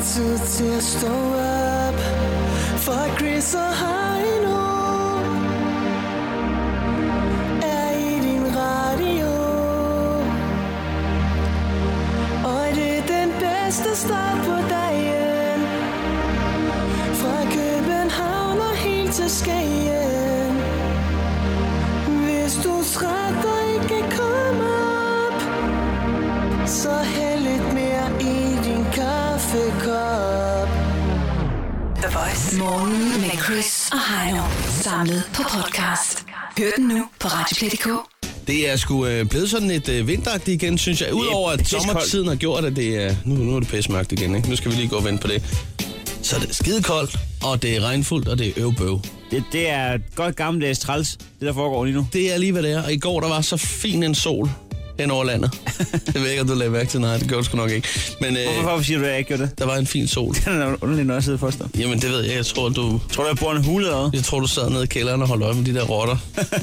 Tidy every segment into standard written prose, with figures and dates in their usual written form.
tid til at stå op for Chris og Heino er i din radio. Og det er den bedste start på dagen. Fra København og helt til Skagen. Hvis du er træt og ikke kan komme op, så hæld lidt mere i din kaffekop. The Voice. Morgen med Chris og Heino. Samlet på podcast. Hør den nu på Radioplay.dk. Det er sgu blevet sådan et vinteragtigt igen, synes jeg. Udover at sommertiden har gjort, at det er... Nu er det pissemørkt igen, ikke? Nu skal vi lige gå og vente på det. Så det er skidekoldt, og det er regnfuldt, og det er øvbøv. Det er godt gammeldags træls, det der foregår lige nu. Det er lige, hvad det er. Og i går, der var så fin en sol hen over landet. Det ved jeg ikke, om du lagde mærke til. Nej, det gjorde du sgu nok ikke. Men, hvorfor siger du, at jeg ikke gjorde det? Der var en fin sol. Den er underlig, når jeg sidder for dig. Jamen, det ved jeg. Jeg tror, du... Tror du, jeg bor en hule eller Jeg tror, du sad nede i kælderen og holdt øje med de der rotter.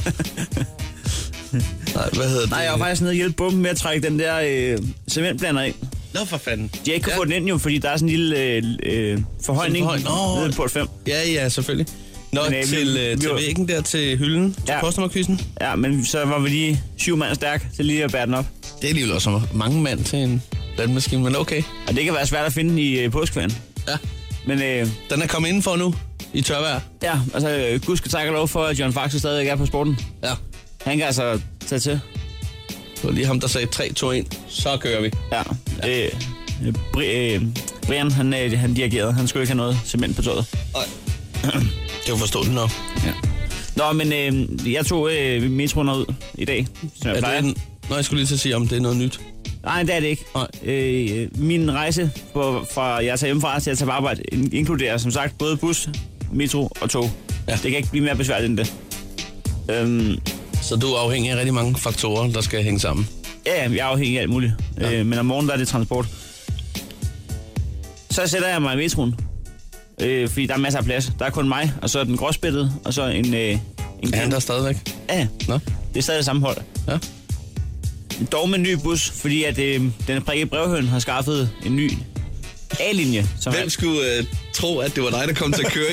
Nej, hvad hedder det? Nej, jeg var faktisk nede og hjælpe bomben med at trække den der cementblander ind. Nå, for fanden. De har ikke kunnet få den ind jo, fordi der er sådan en lille forhøjning nede på 5. Ja, selvfølgelig. Nå, men, til væggen der, til hylden, til postnummerkvisten. Ja, men så var vi lige 7 mand stærk til lige at bære den op. Det er alligevel også mange mand til en landmaskine, men okay. Og det kan være svært at finde i påskevand. Ja. Men den er kommet indenfor nu, i tørvejr. Ja, altså gud skal takke lov for, at John Faxe stadig er på sporten. Ja. Han kan altså tage til. Det var lige ham, der sagde 3, 2, 1. Så kører vi. Ja. Brian, han dirigerede. Han skulle ikke have noget cement på tøjet. Nej. Det var forståeligt nok. Ja. Nå, men jeg tog metroen ud i dag, som jeg plejer. Nå, jeg skulle lige til at sige, om det er noget nyt. Nej, det er det ikke. Min rejse fra jeg tager hjemmefra til at tage på arbejde inkluderer som sagt både bus, metro og tog. Ja. Det kan ikke blive mere besværligt end det. Så du er afhængig af rigtig mange faktorer, der skal hænge sammen? Ja, jeg er afhængig af alt muligt. Ja. Men om morgenen der er det transport. Så sætter jeg mig i metroen. Fordi der er masser af plads. Der er kun mig, og så er den gråspættet, og så en er han der stadigvæk? Ja, nå? Det er stadig det samme hold. Ja. Dog med en ny bus, fordi at den prikke brevhøn har skaffet en ny A-linje. Hvem skulle tro, at det var dig, der kom til at køre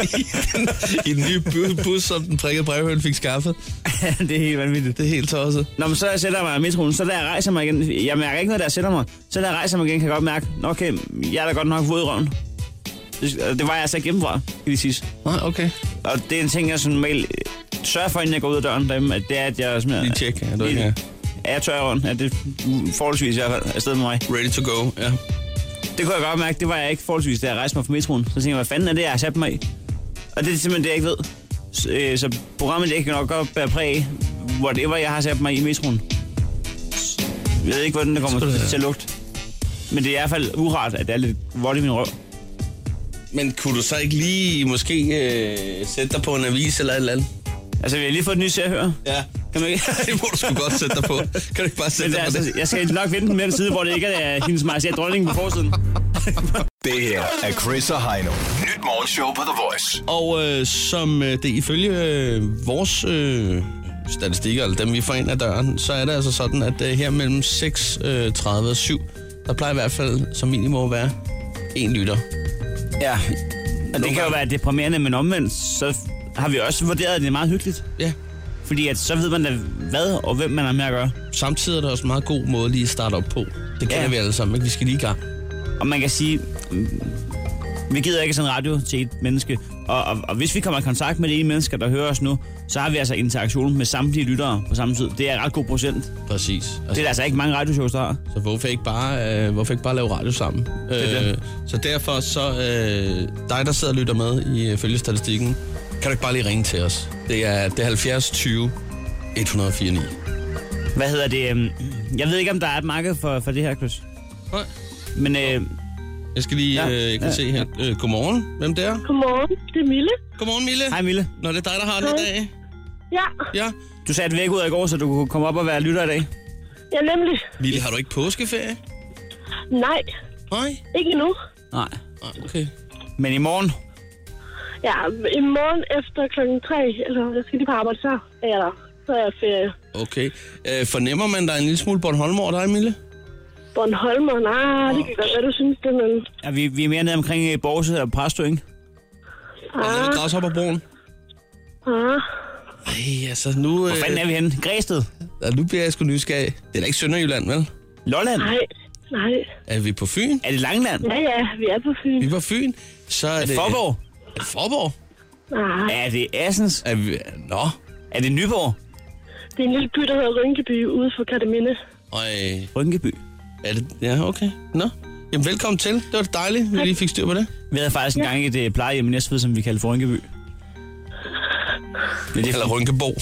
i den nye bus, som den prikke brevhøn fik skaffet? Det er helt vanvittigt. Det er helt tosset. Nå, men så sætter jeg mig i metroen, så da jeg rejser mig igen, jeg mærker ikke noget, der sætter mig. Så da jeg rejser mig igen, kan jeg godt mærke, okay, jeg er da godt nok våd i røven. Det var jeg altså ikke hjemmefra, kan vi sige. Nej, okay. Og det er en ting, jeg sådan normalt sørger for, inden jeg går ud af døren derhjemme, at det er, at jeg simpelthen... Lige tjek, er du ikke? Er jeg tør i røven? Er det forholdsvis i hvert fald afsted med mig? Ready to go, ja. Det kunne jeg godt mærke, det var jeg ikke forholdsvis, da jeg rejste mig fra metroen. Så tænkte jeg, hvad fanden er det, jeg har sat mig i? Og det er simpelthen det, jeg ikke ved. Så programmet, det kan nok godt bære præg af, whatever jeg har sat mig i metroen. Jeg ved ikke, hvordan det kommer til at lugte. Men det er i hvert fald urart, at det er lidt vådt i min røv. Men kunne du så ikke lige måske sætte dig på en avis eller et eller andet? Altså, vi har lige fået et nyt høre. Ja. Kan du ikke? Det må du sgu godt sætte dig på. Kan du ikke bare sætte dig på det? Jeg skal nok vente med den side, hvor det ikke er hendes majestæt dronningen på forsiden. Det her er Chris og Heino. Nyt morgenshow på The Voice. Og som det ifølge vores statistikker, eller dem vi får ind ad døren, så er det altså sådan, at her mellem 6.30 og 7, der plejer i hvert fald som minimum at være 1 lytter. Ja, og det kan jo være deprimerende, men omvendt, så har vi også vurderet, at det er meget hyggeligt. Ja. Fordi at så ved man da hvad og hvem man har med at gøre. Samtidig er det også en meget god måde lige at starte op på. Det kender vi alle sammen, ikke? Vi skal lige i gang. Og man kan sige, vi gider ikke sådan radio til et menneske. Og hvis vi kommer i kontakt med de mennesker, der hører os nu, så har vi altså interaktion med samtlige lyttere på samme tid. Det er ret god procent. Præcis. Altså, det er der altså ikke mange radioshows, der har. Så hvorfor ikke bare lave radio sammen? Det. Så derfor så dig, der sidder og lytter med i følgestatistikken, kan du ikke bare lige ringe til os. Det er 70 20 104 9. Hvad hedder det? Jeg ved ikke, om der er et marked for det her, Chris. Nej. Men jeg skal lige jeg kan se her. Godmorgen. Hvem det er? Godmorgen. Det er Mille. Godmorgen, Mille. Hej, Mille. Nå, det er dig, der har den i dag. Ja. Du satte væk ud af i går, så du kunne komme op og være lytter i dag. Ja, nemlig. Mille, har du ikke påskeferie? Nej. Nej? Ikke endnu. Nej. Okay. Men i morgen? Ja, i morgen efter klokken 3, eller jeg skal lige på arbejde, så er jeg der. Så er jeg ferie. Okay. Fornemmer man, der er en lille smule Bornholm over dig, Mille? Bornholmer? Nej, det kan godt være, du synes det, men... Ja, vi er mere nede omkring Borse og Præstø, ikke? Er det ved Græshopperbroen? Ej, altså nu... Hvor fanden er vi henne? Græsted? Ja, nu bliver jeg sgu nysgerrig. Det er da ikke Sønderjylland, vel? Lolland? Nej. Er vi på Fyn? Er det Langeland? Ja, vi er på Fyn. Vi er på Fyn. Så er det... Forborg? Forborg? Nej, Er det Assens? Er vi... Nå. Er det Nyborg? det er en lille by, der hedder Rynkeby, ude for Kerteminde. Rynkeby. Er det... Ja, okay. Nå. Jamen, velkommen til. Det var dejligt, vi lige fik styr på det. Vi havde faktisk engang et plejehjem i Næstved, som vi kaldte for Rynkeby. Eller Rynkebo.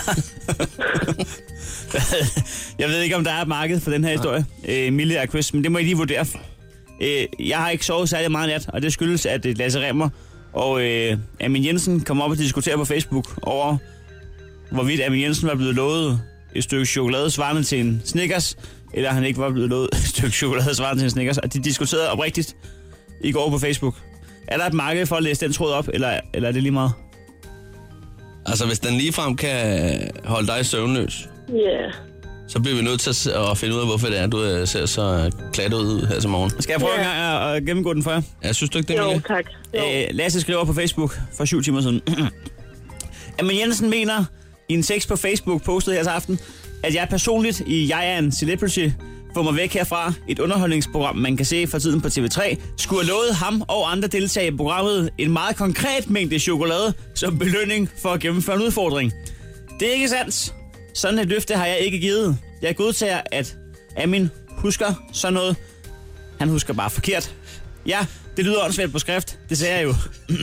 Jeg ved ikke, om der er et marked for den her historie, Mille og Chris, men det må I lige vurdere. Jeg har ikke sovet særlig meget nat, og det skyldes, at Lasse Remmer og Amin Jensen kom op og diskutere på Facebook over, hvorvidt Amin Jensen var blevet lovet et stykke chokolade svarende til en Snickers, eller han ikke var blevet lovet et stykke chokolade svarende til en Snickers, og de diskuterede oprigtigt i går på Facebook. Er der et marked for at læse den tråd op, eller er det lige meget? Altså, hvis den ligefrem kan holde dig søvnløs, så bliver vi nødt til at finde ud af, hvorfor det er, du ser så klattet ud her til morgen. Skal jeg prøve en gang at gennemgå den for jer? Ja, synes du ikke det, Jo, Mille? tak. Lasse skriver på Facebook for 7 timer siden. Amin Jensen mener i en tekst på Facebook postet her til aften, at jeg personligt i Jeg er en Celebrity får mig væk herfra, et underholdningsprogram, man kan se for tiden på TV3, skulle have lovet ham og andre deltagere i programmet en meget konkret mængde chokolade som belønning for at gennemføre en udfordring. Det er ikke sandt. Sådan et løfte har jeg ikke givet. Jeg godtager, at Amin husker sådan noget. Han husker bare forkert. Ja, det lyder åndssvagt på skrift. Det sagde jeg jo.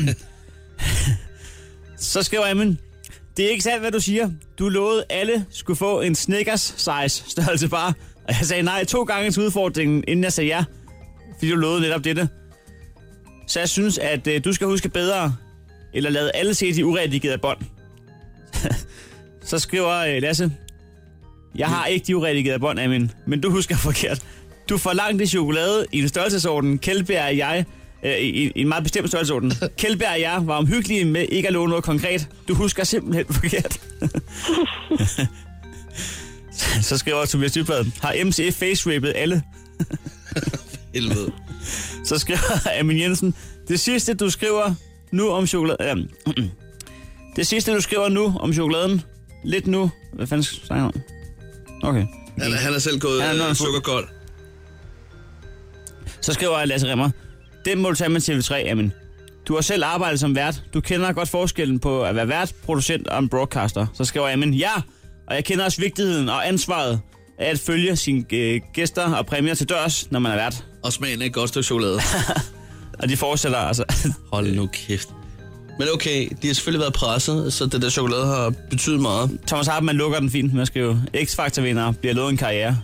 Så skriver Amin: det er ikke sandt, hvad du siger. Du lovede, alle skulle få en Snickers size størrelse bare. Og jeg sagde nej 2 gange til udfordringen, inden jeg sagde ja. Fordi du lovede netop dette. Så jeg synes, at du skal huske bedre, eller lade alle se de uredigerede bånd. Så skriver Lasse: jeg har ikke de uredigerede bånd, Amin, men du husker forkert. Du forlangte chokolade i en størrelsesorden. Kjeldbjerg og jeg, i en meget bestemt størrelsesorden. Kjeldbjerg og jeg var omhyggelige med ikke at love noget konkret. Du husker simpelthen forkert. Så skriver Tobias Dybvad: har MC face-rapet alle? Helvede. Så skriver Amin Jensen: det sidste du skriver nu om chokolade... Det sidste du skriver nu om chokoladen. Lidt nu. Hvad fanden snakker han om? Okay. Han er selv gået sukkerkold. Så skriver Lasse Remmer: den må du tage med TV3, Amin. Du har selv arbejdet som vært. Du kender godt forskellen på at være vært, producent og en broadcaster. Så skriver Amin: ja, og jeg kender også vigtigheden og ansvaret af at følge sine gæster og præmier til dørs, når man er vært. Og smagen af et godt stykke chokolade. Og de fortsætter altså. Hold nu kæft. Men okay, de har selvfølgelig været presset, så det der chokolade har betydet meget. Thomas Hartmann lukker den fint med at skrive: X-Factor-vinder bliver lovet en karriere.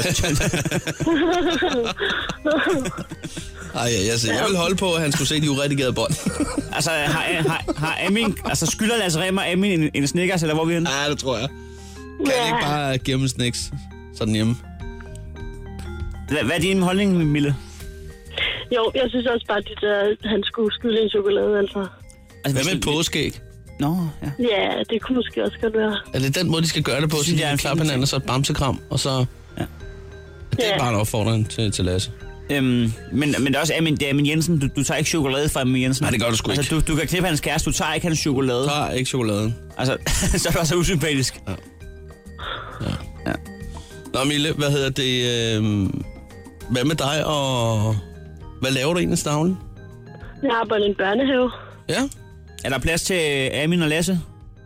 Jeg vil holde på, at han skulle se de uredigerede bånd. Altså, har Amin... Altså, skylder Lasse Remmer Amin en Snickers, eller hvor er vi henne? Ja, det tror jeg. Kan han ikke bare gemme Snicks sådan hjemme? Hvad er din holdning, Mille? Jo, jeg synes også bare, at han skulle skylde en chokolade, altså. Hvad med et påskæg? Nå, ja. Ja, det kunne måske også godt være. Er det den måde, de skal gøre det på? Så de har klap hinanden, og så et bamsekram, og så... Ja. Det er bare en opfordring til Lasse. Men det er også Amin Jensen. Du tager ikke chokolade fra Amin Jensen. Nej, det gør du sgu ikke. Altså, du kan knippe hans kæreste. Du tager ikke hans chokolade. Du tager ikke chokoladen. Altså, så er det også usympatisk. Ja. Nå, Mille, hvad hedder det? Hvad med dig, og hvad laver du egentlig til daglig? Jeg arbejder i en børnehave. Ja. Er der plads til Amin og Lasse?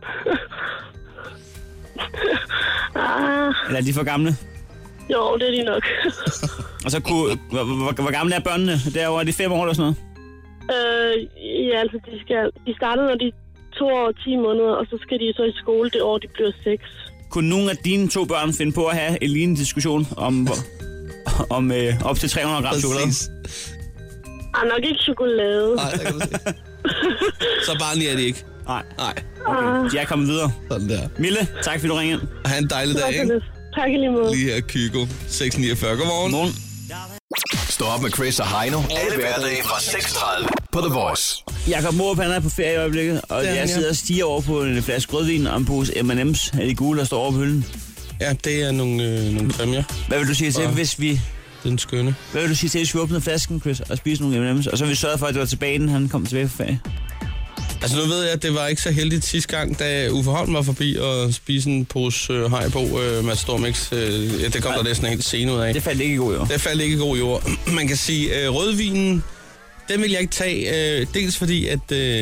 Eller er de for gamle? Jo, det er de nok. Og så hvor gamle er børnene? Derovre er de 5 år eller sådan noget? Ja, altså de starter, når de er 2 år og 10 måneder, og så skal de så i skole det år, de bliver 6. Kunne nogle af dine 2 børn finde på at have en lignende diskussion om op til 300 gram chokolade? Nok ikke chokolade. Nej, det kan du se. Så barnlige er de ikke? Nej. Okay. Jeg er kommet videre. Sådan der. Mille, tak fordi du ringede ind. Ha' en dejlig dag, ikke? Tak i lige måde. Lige her, Kygo. 6.49. Godmorgen. Godmorgen. Stå op med Chris og Heino. Alle hverdage fra 6:30 på The Voice. Jakob Morup, han er på ferie i øjeblikket, og jeg sidder og stiger over på en flaske rødvin og en pose M&M's af de gule, der står over på hylden. Ja, det er nogle præmier. Hvad vil du sige til, hvis vi Den skønne. Hvad vil du sige til, at vi åbnede flasken, Chris, og spise nogle M&M's, og så vi sørget for, at det var tilbage, inden han kom tilbage fra ferie? Altså nu ved jeg, at det var ikke så heldigt sidste gang, da Uffe Holm var forbi og spise en pose Haribo Matador Mix. Det kom der næsten helt sen ud af. Det faldt ikke i god jord. Det faldt ikke i god jord. Man kan sige, rødvinen, den vil jeg ikke tage. Dels fordi, at...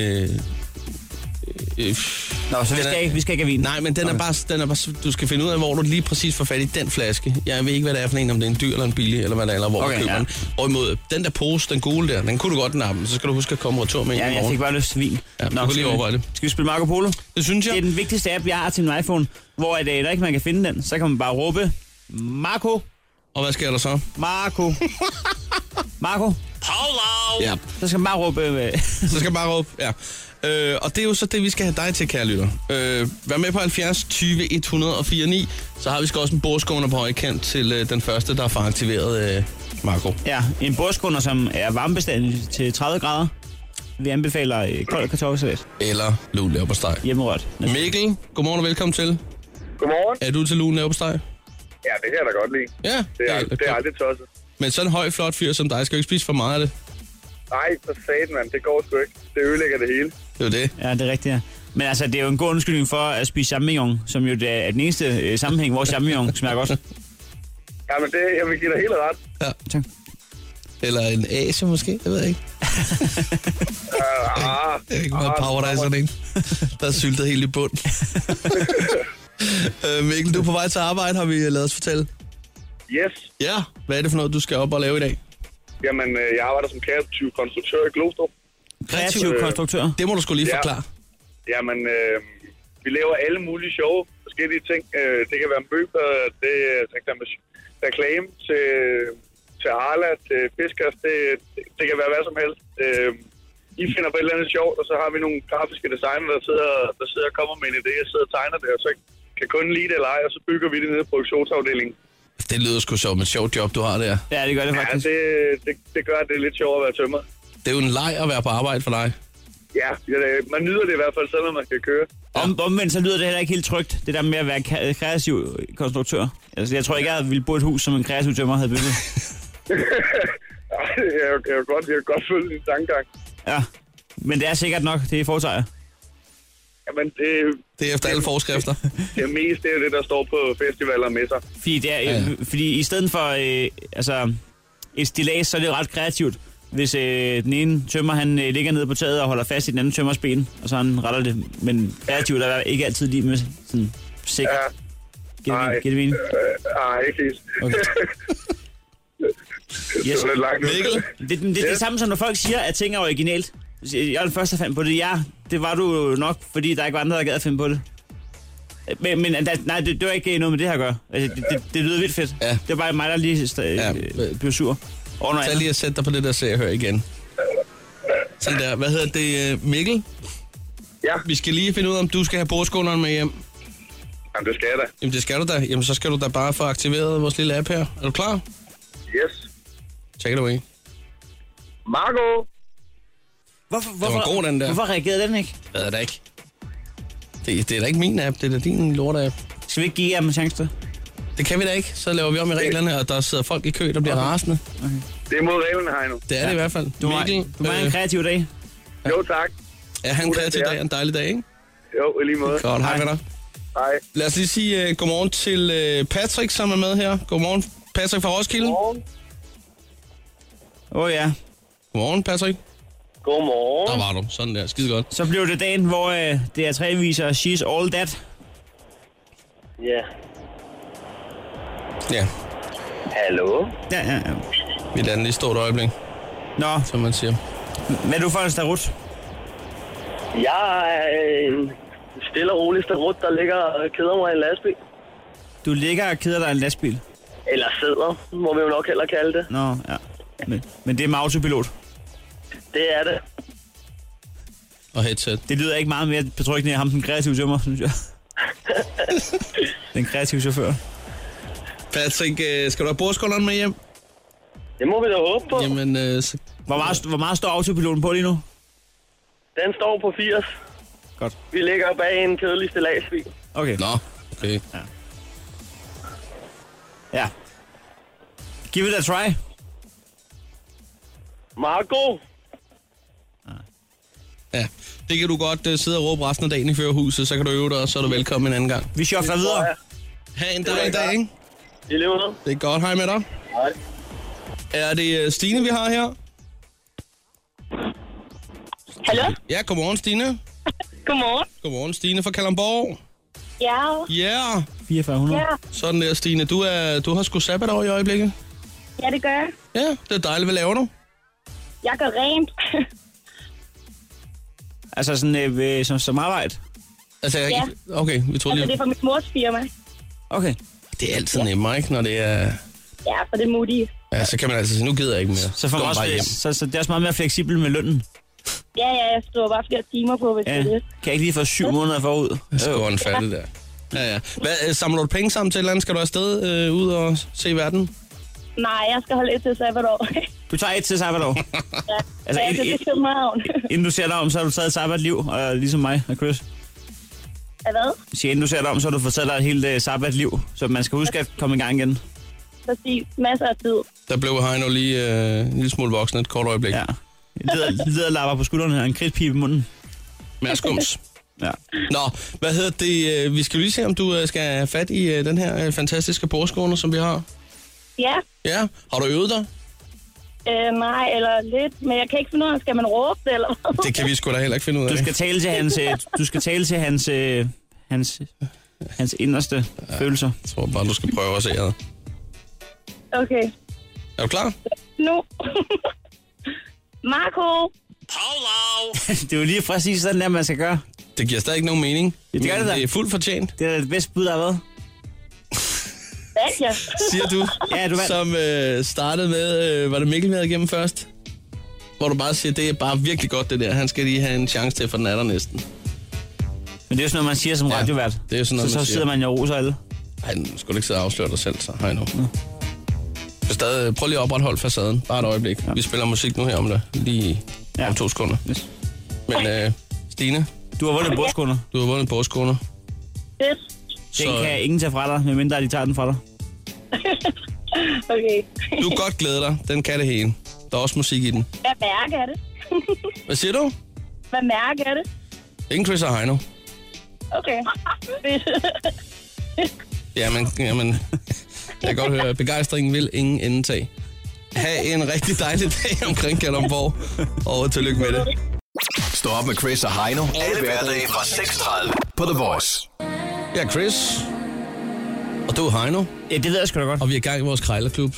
Nå, så vi skal ikke have vin. Nej, men den er bare, du skal finde ud af, hvor du lige præcis får fat i den flaske. Jeg ved ikke, hvad det er for en, om det er en dyr eller en billig, eller hvad det er, eller hvor du køber den. Hvorimod, den der pose, den gule der, den kunne du godt nappe, så skal du huske at komme retur med en i morgen. Jeg fik bare lyst til vin. Ja, du kan lige overveje det. Skal vi spille Marco Polo? Det synes jeg. Det er den vigtigste app, jeg har til min iPhone, hvor der ikke man kan finde den. Så kan man bare råbe, Marco. Og hvad sker der så? Marco. Marco. Paulo! Ja. Så skal man bare råbe. Så skal man bare råbe, ja. Og det er jo så det, vi skal have dig til, kære lytter. Vær med på 70 20 104 9. Så har vi også en bordskåner på højkant til den første, der får aktiveret Marco. Ja, en bordskåner, som er varmebestandig til 30 grader. Vi anbefaler kold kartoffelsalat. Eller lun leverpostej. Hjemmerørt. Mikkel, godmorgen og velkommen til. Godmorgen. Er du til lun leverpostej? Ja, det kan jeg da godt lide. Ja. Det er aldrig tosset. Men sådan en høj, flot fyr som dig, skal jo ikke spise for meget af det. Nej, for satan, mand. Det går sgu ikke. Det ødelægger det hele. Det er jo det. Ja, det er rigtigt, ja. Men altså, det er jo en god undskyldning for at spise champignon, som jo er den eneste sammenhæng, hvor champignon smager godt. Jamen, jeg vil give dig helt ret. Ja. Tak. Eller en Asia måske, jeg ved ikke. Det er ikke meget power, der er sådan en. Der er syltet helt i bund. Mikkel, du er på vej til arbejde, har vi lavet os fortælle. Yes. Ja, hvad er det for noget, du skal op og lave i dag? Jamen, jeg arbejder som kreativ konstruktør i Glostrup. Kreativ konstruktør? Det må du skulle lige forklare. Jamen, vi laver alle mulige sjove, forskellige ting. Det kan være møbler, det er for eksempel reklame til Arla, til Fiskers. Det kan være hvad som helst. I finder på et eller andet sjovt, og så har vi nogle grafiske designer, der sidder og kommer med en idé. Jeg sidder og tegner det, og så kan kunden lide det eller ej, og så bygger vi det nede i produktionsafdelingen. Det lyder sgu som et sjovt job, du har der. Ja, det gør det faktisk. Ja, det gør, at det er lidt sjovt at være tømrer. Det er jo en leg at være på arbejde for dig. Ja, man nyder det i hvert fald, selvom man skal køre. Ja. Omvendt, så lyder det heller ikke helt trygt, det der med at være kreativ konstruktør. Altså, jeg tror ikke, jeg ville bo i et hus, som en kreativ tømrer havde bygget. Jeg kan godt følge din tankegang. Ja, men det er sikkert nok, det er foretager. Jamen, det er efter alle forskrifter. Det mest det er det, der står på festivaler og messer. Fordi i stedet for et stillads, så er det ret kreativt. Hvis den ene tømmer, han ligger nede på taget og holder fast i den anden tømmers ben, og så han retter det. Men kreativt er ikke altid lige med sådan sikkert. Ja. Giver det mening? Nej, ikke helt. Okay. Yes. Det er det samme som når folk siger, at ting er originalt. Jeg er den første, der fandt på det. Ja, det var du nok, fordi der ikke var andre, der gad at finde på det. Men nej, det var ikke noget med det her at gøre. Altså, det lyder vildt fedt. Ja. Det var bare mig, der lige blev sur. Tag lige at sætte dig på det der serie hør igen. Sådan der. Hvad hedder det, Mikkel? Ja. Vi skal lige finde ud af, om du skal have bordskåneren med hjem. Jamen, det skal jeg da. Jamen, det skal du da. Jamen, så skal du da bare få aktiveret vores lille app her. Er du klar? Yes. Take it away. Marco! Hvorfor, det var god, den der. Hvorfor reagerede den ikke? Det er da ikke. Det er da ikke min app, det er da din lort-app. Skal vi ikke give ham en chance til? Det kan vi da ikke. Så laver vi om i reglerne, og der sidder folk i kø, der bliver rasende. Okay. Det er mod reglerne her nu. Det er det i hvert fald. Du har en kreativ dag. Ja. Jo, tak. Ja, han en kreativ dag, en dejlig dag, ikke? Jo, i lige måde. Godt, hej med dig. Hej. Lad os lige sige godmorgen til Patrick, som er med her. Godmorgen, Patrick fra Roskilde. Godmorgen. Ja. Godmorgen, Patrick. Godmorgen. Der var du. Sådan der. Skide godt. Så blev det dagen, hvor DR3 viser She's All That. Ja. Ja. Hallo? Ja. Vi lader den lige stå et øjeblik. Nå. Som man siger. Hvad er du for en starut? Jeg er en stille og rolig starut, der ligger og keder mig i en lastbil. Du ligger og keder dig i en lastbil? Eller sidder, må vi jo nok hellere kalde det. Nå, ja. Men det er med autopilot? Det er det. Og headset. Det lyder ikke meget mere betryggende af ham, den kreative tømmer, synes jeg. Den kreative chauffør. Patrick, skal du have bordskånderen med hjem? Det må vi da håbe på. Jamen, så... Hvor meget står autopiloten på lige nu? Den står på 80. Godt. Vi ligger bag en kedelig stilladsbil. Okay. Nå, okay. Ja. Give it a try. Marco. Ja, det kan du godt sidde og råbe resten af dagen i førerhuset, så kan du øve dig, og så er du velkommen en anden gang. Vi shuffler videre. Ha' en dejlig dag, ikke? I lever noget. Det er godt. Hej med dig. Hej. Er det Stine, vi har her? Hallo? Ja, godmorgen, Stine. Godmorgen. Godmorgen, Stine fra Kalundborg. Ja. Ja, yeah. 4400. Ja. Sådan der, Stine. Du har sgu sabbatår i øjeblikket. Ja, det gør jeg. Ja, det er dejligt. Hvad laver du? Jeg gør rent. Altså sådan som arbejde? Altså, Ja. Okay, vi tror Altså, lige... det er fra mit mors firma. Okay. Det er altid nemmere, ikke? Når det er... Ja, for det er modige. Ja, så kan man altså sige, nu gider jeg ikke mere. Så får man Kom også bare hjem. så det er også meget mere fleksibelt med lønnen. Ja, jeg skriver bare flere timer på, hvis Ja. det er det. Kan jeg ikke lige få 7 måneder forud? Så går den færdig der. Ja. Hvad, samler du penge sammen til et eller andet? Skal du afsted ud og se verden? Nej, jeg skal holde et til sabbatår. Du tager et til sabbatår. Ja, Altså, jeg skal til København. Inden du ser dig om, så har du taget et sabbatliv, og ligesom mig og Chris. Hvad? Så inden du ser dig om, så har du fået taget dig et helt sabbatliv, så man skal huske at komme i gang igen. Præcis. Masser af tid. Der blev Heino lige en lille smule voksen et kort øjeblik. Ja. Lider lapper på skuldrene og en kridtpibe i munden. Mærskums. Ja. Nå, hvad hedder det? Vi skal lige se, om du skal have fat i den her fantastiske bordskåne, som vi har. Ja. Ja, har du øvet dig? Nej, eller lidt. Men jeg kan ikke finde ud af, skal man råbe det, eller hvad? Det kan vi sgu da heller ikke finde ud af. Du skal tale til hans inderste følelser. Jeg tror bare, du skal prøve at se ad. Okay. Er du klar? Nu. Marco. Det er jo lige præcis sådan, der man skal gøre. Det giver stadig ikke nogen mening. Ja, det gør det da. Det er fuldt fortjent, Det er det bedste bud, der har været. Ja. siger du. Ja, du vandt. Som startede med, var det Mikkel, vi havde igennem først? Hvor du bare siger, det er bare virkelig godt det der. Han skal lige have en chance til, for den er der næsten. Men det er jo sådan noget, man siger som radiovært. det er sådan noget, så man siger. sidder man jo og roser alle. Ej, nu skulle du ikke sidde og afsløre dig selv, så hej nu. Prøv lige at opretholde facaden. Bare et øjeblik. Ja. Vi spiller musik nu her om det. Lige om 2 sekunder. Yes. Men Stine, Du har vundet bordskunder. du har vundet bordskunder. Fedt. Den kan ingen tage fra dig, medmindre de tager den fra dig. Okay. Du kan godt glæde dig. Den kan det hele. Der er også musik i den. Hvad mærke er det? Hvad siger du? Hvad mærke er det? Ingen Chris og Heino. Okay. Fedt. Jamen, jeg kan godt høre, at begejstringen vil ingen ende tage. Ha' en rigtig dejlig dag omkring Kalundborg, og tillykke med det. Stå op med Chris og Heino. Alle hverdage fra 6:30 på The Voice. Jeg er Chris, og du er Heino, Ja, det ved jeg sgu da godt. og vi er i gang i vores krejlerklub.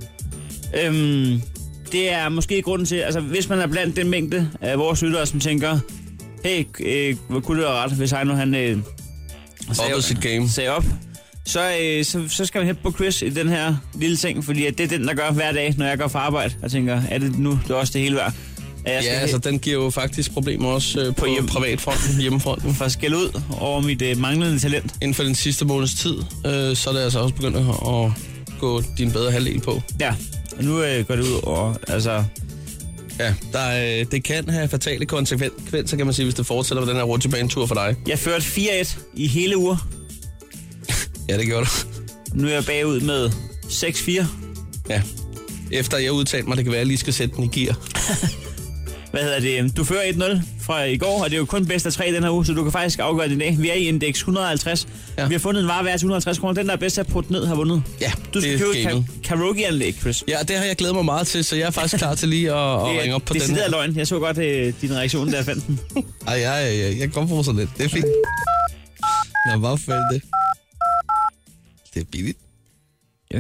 Det er måske grunden til, altså hvis man er blandt den mængde af vores lyttere, som tænker, hey, hvor kunne det være ret, hvis Heino han Oppede sit game. sagde op, så skal man hæppe på Chris i den her lille ting, fordi at det er den, der gør hver dag, når jeg går fra arbejde. Jeg tænker, er det nu, det er også det hele værd. Ja, altså den giver jo faktisk problemer også på privatfronten, hjemmefronten. For at skælde ud over mit manglende talent. Inden for den sidste måneds tid, så er det altså også begyndt at gå din bedre halvdel på. Ja, og nu går det ud over, altså... Ja, det kan have fatale konsekvenser, kan man sige, hvis det fortsætter med den her rutsjebanetur for dig. Jeg førte 4-1 i hele uger. Ja, det gjorde du. Nu er jeg bagud med 6-4. Ja. Efter jeg udtalte mig, det kan være, at jeg lige skal sætte den i gear. Hvad hedder det? Du fører 1-0 fra i går, og det er jo kun bedst af 3 den her uge, så du kan faktisk afgøre det i dag. Vi er i indeks 150. Ja. Vi har fundet en vare værd til 150 kroner. Den, der er bedst at putte ned, har vundet. Ja, Du skal købe et karaoke-anlæg, Chris. Ja, det har jeg glædet mig meget til, så jeg er faktisk klar til lige at ringe op på den her. Det er løgn. Jeg så godt din reaktion, da jeg fandt den. Ej, jeg kan godt få sådan lidt. Det er fint. Nå, hvor fanden det? Det er billigt. Ja.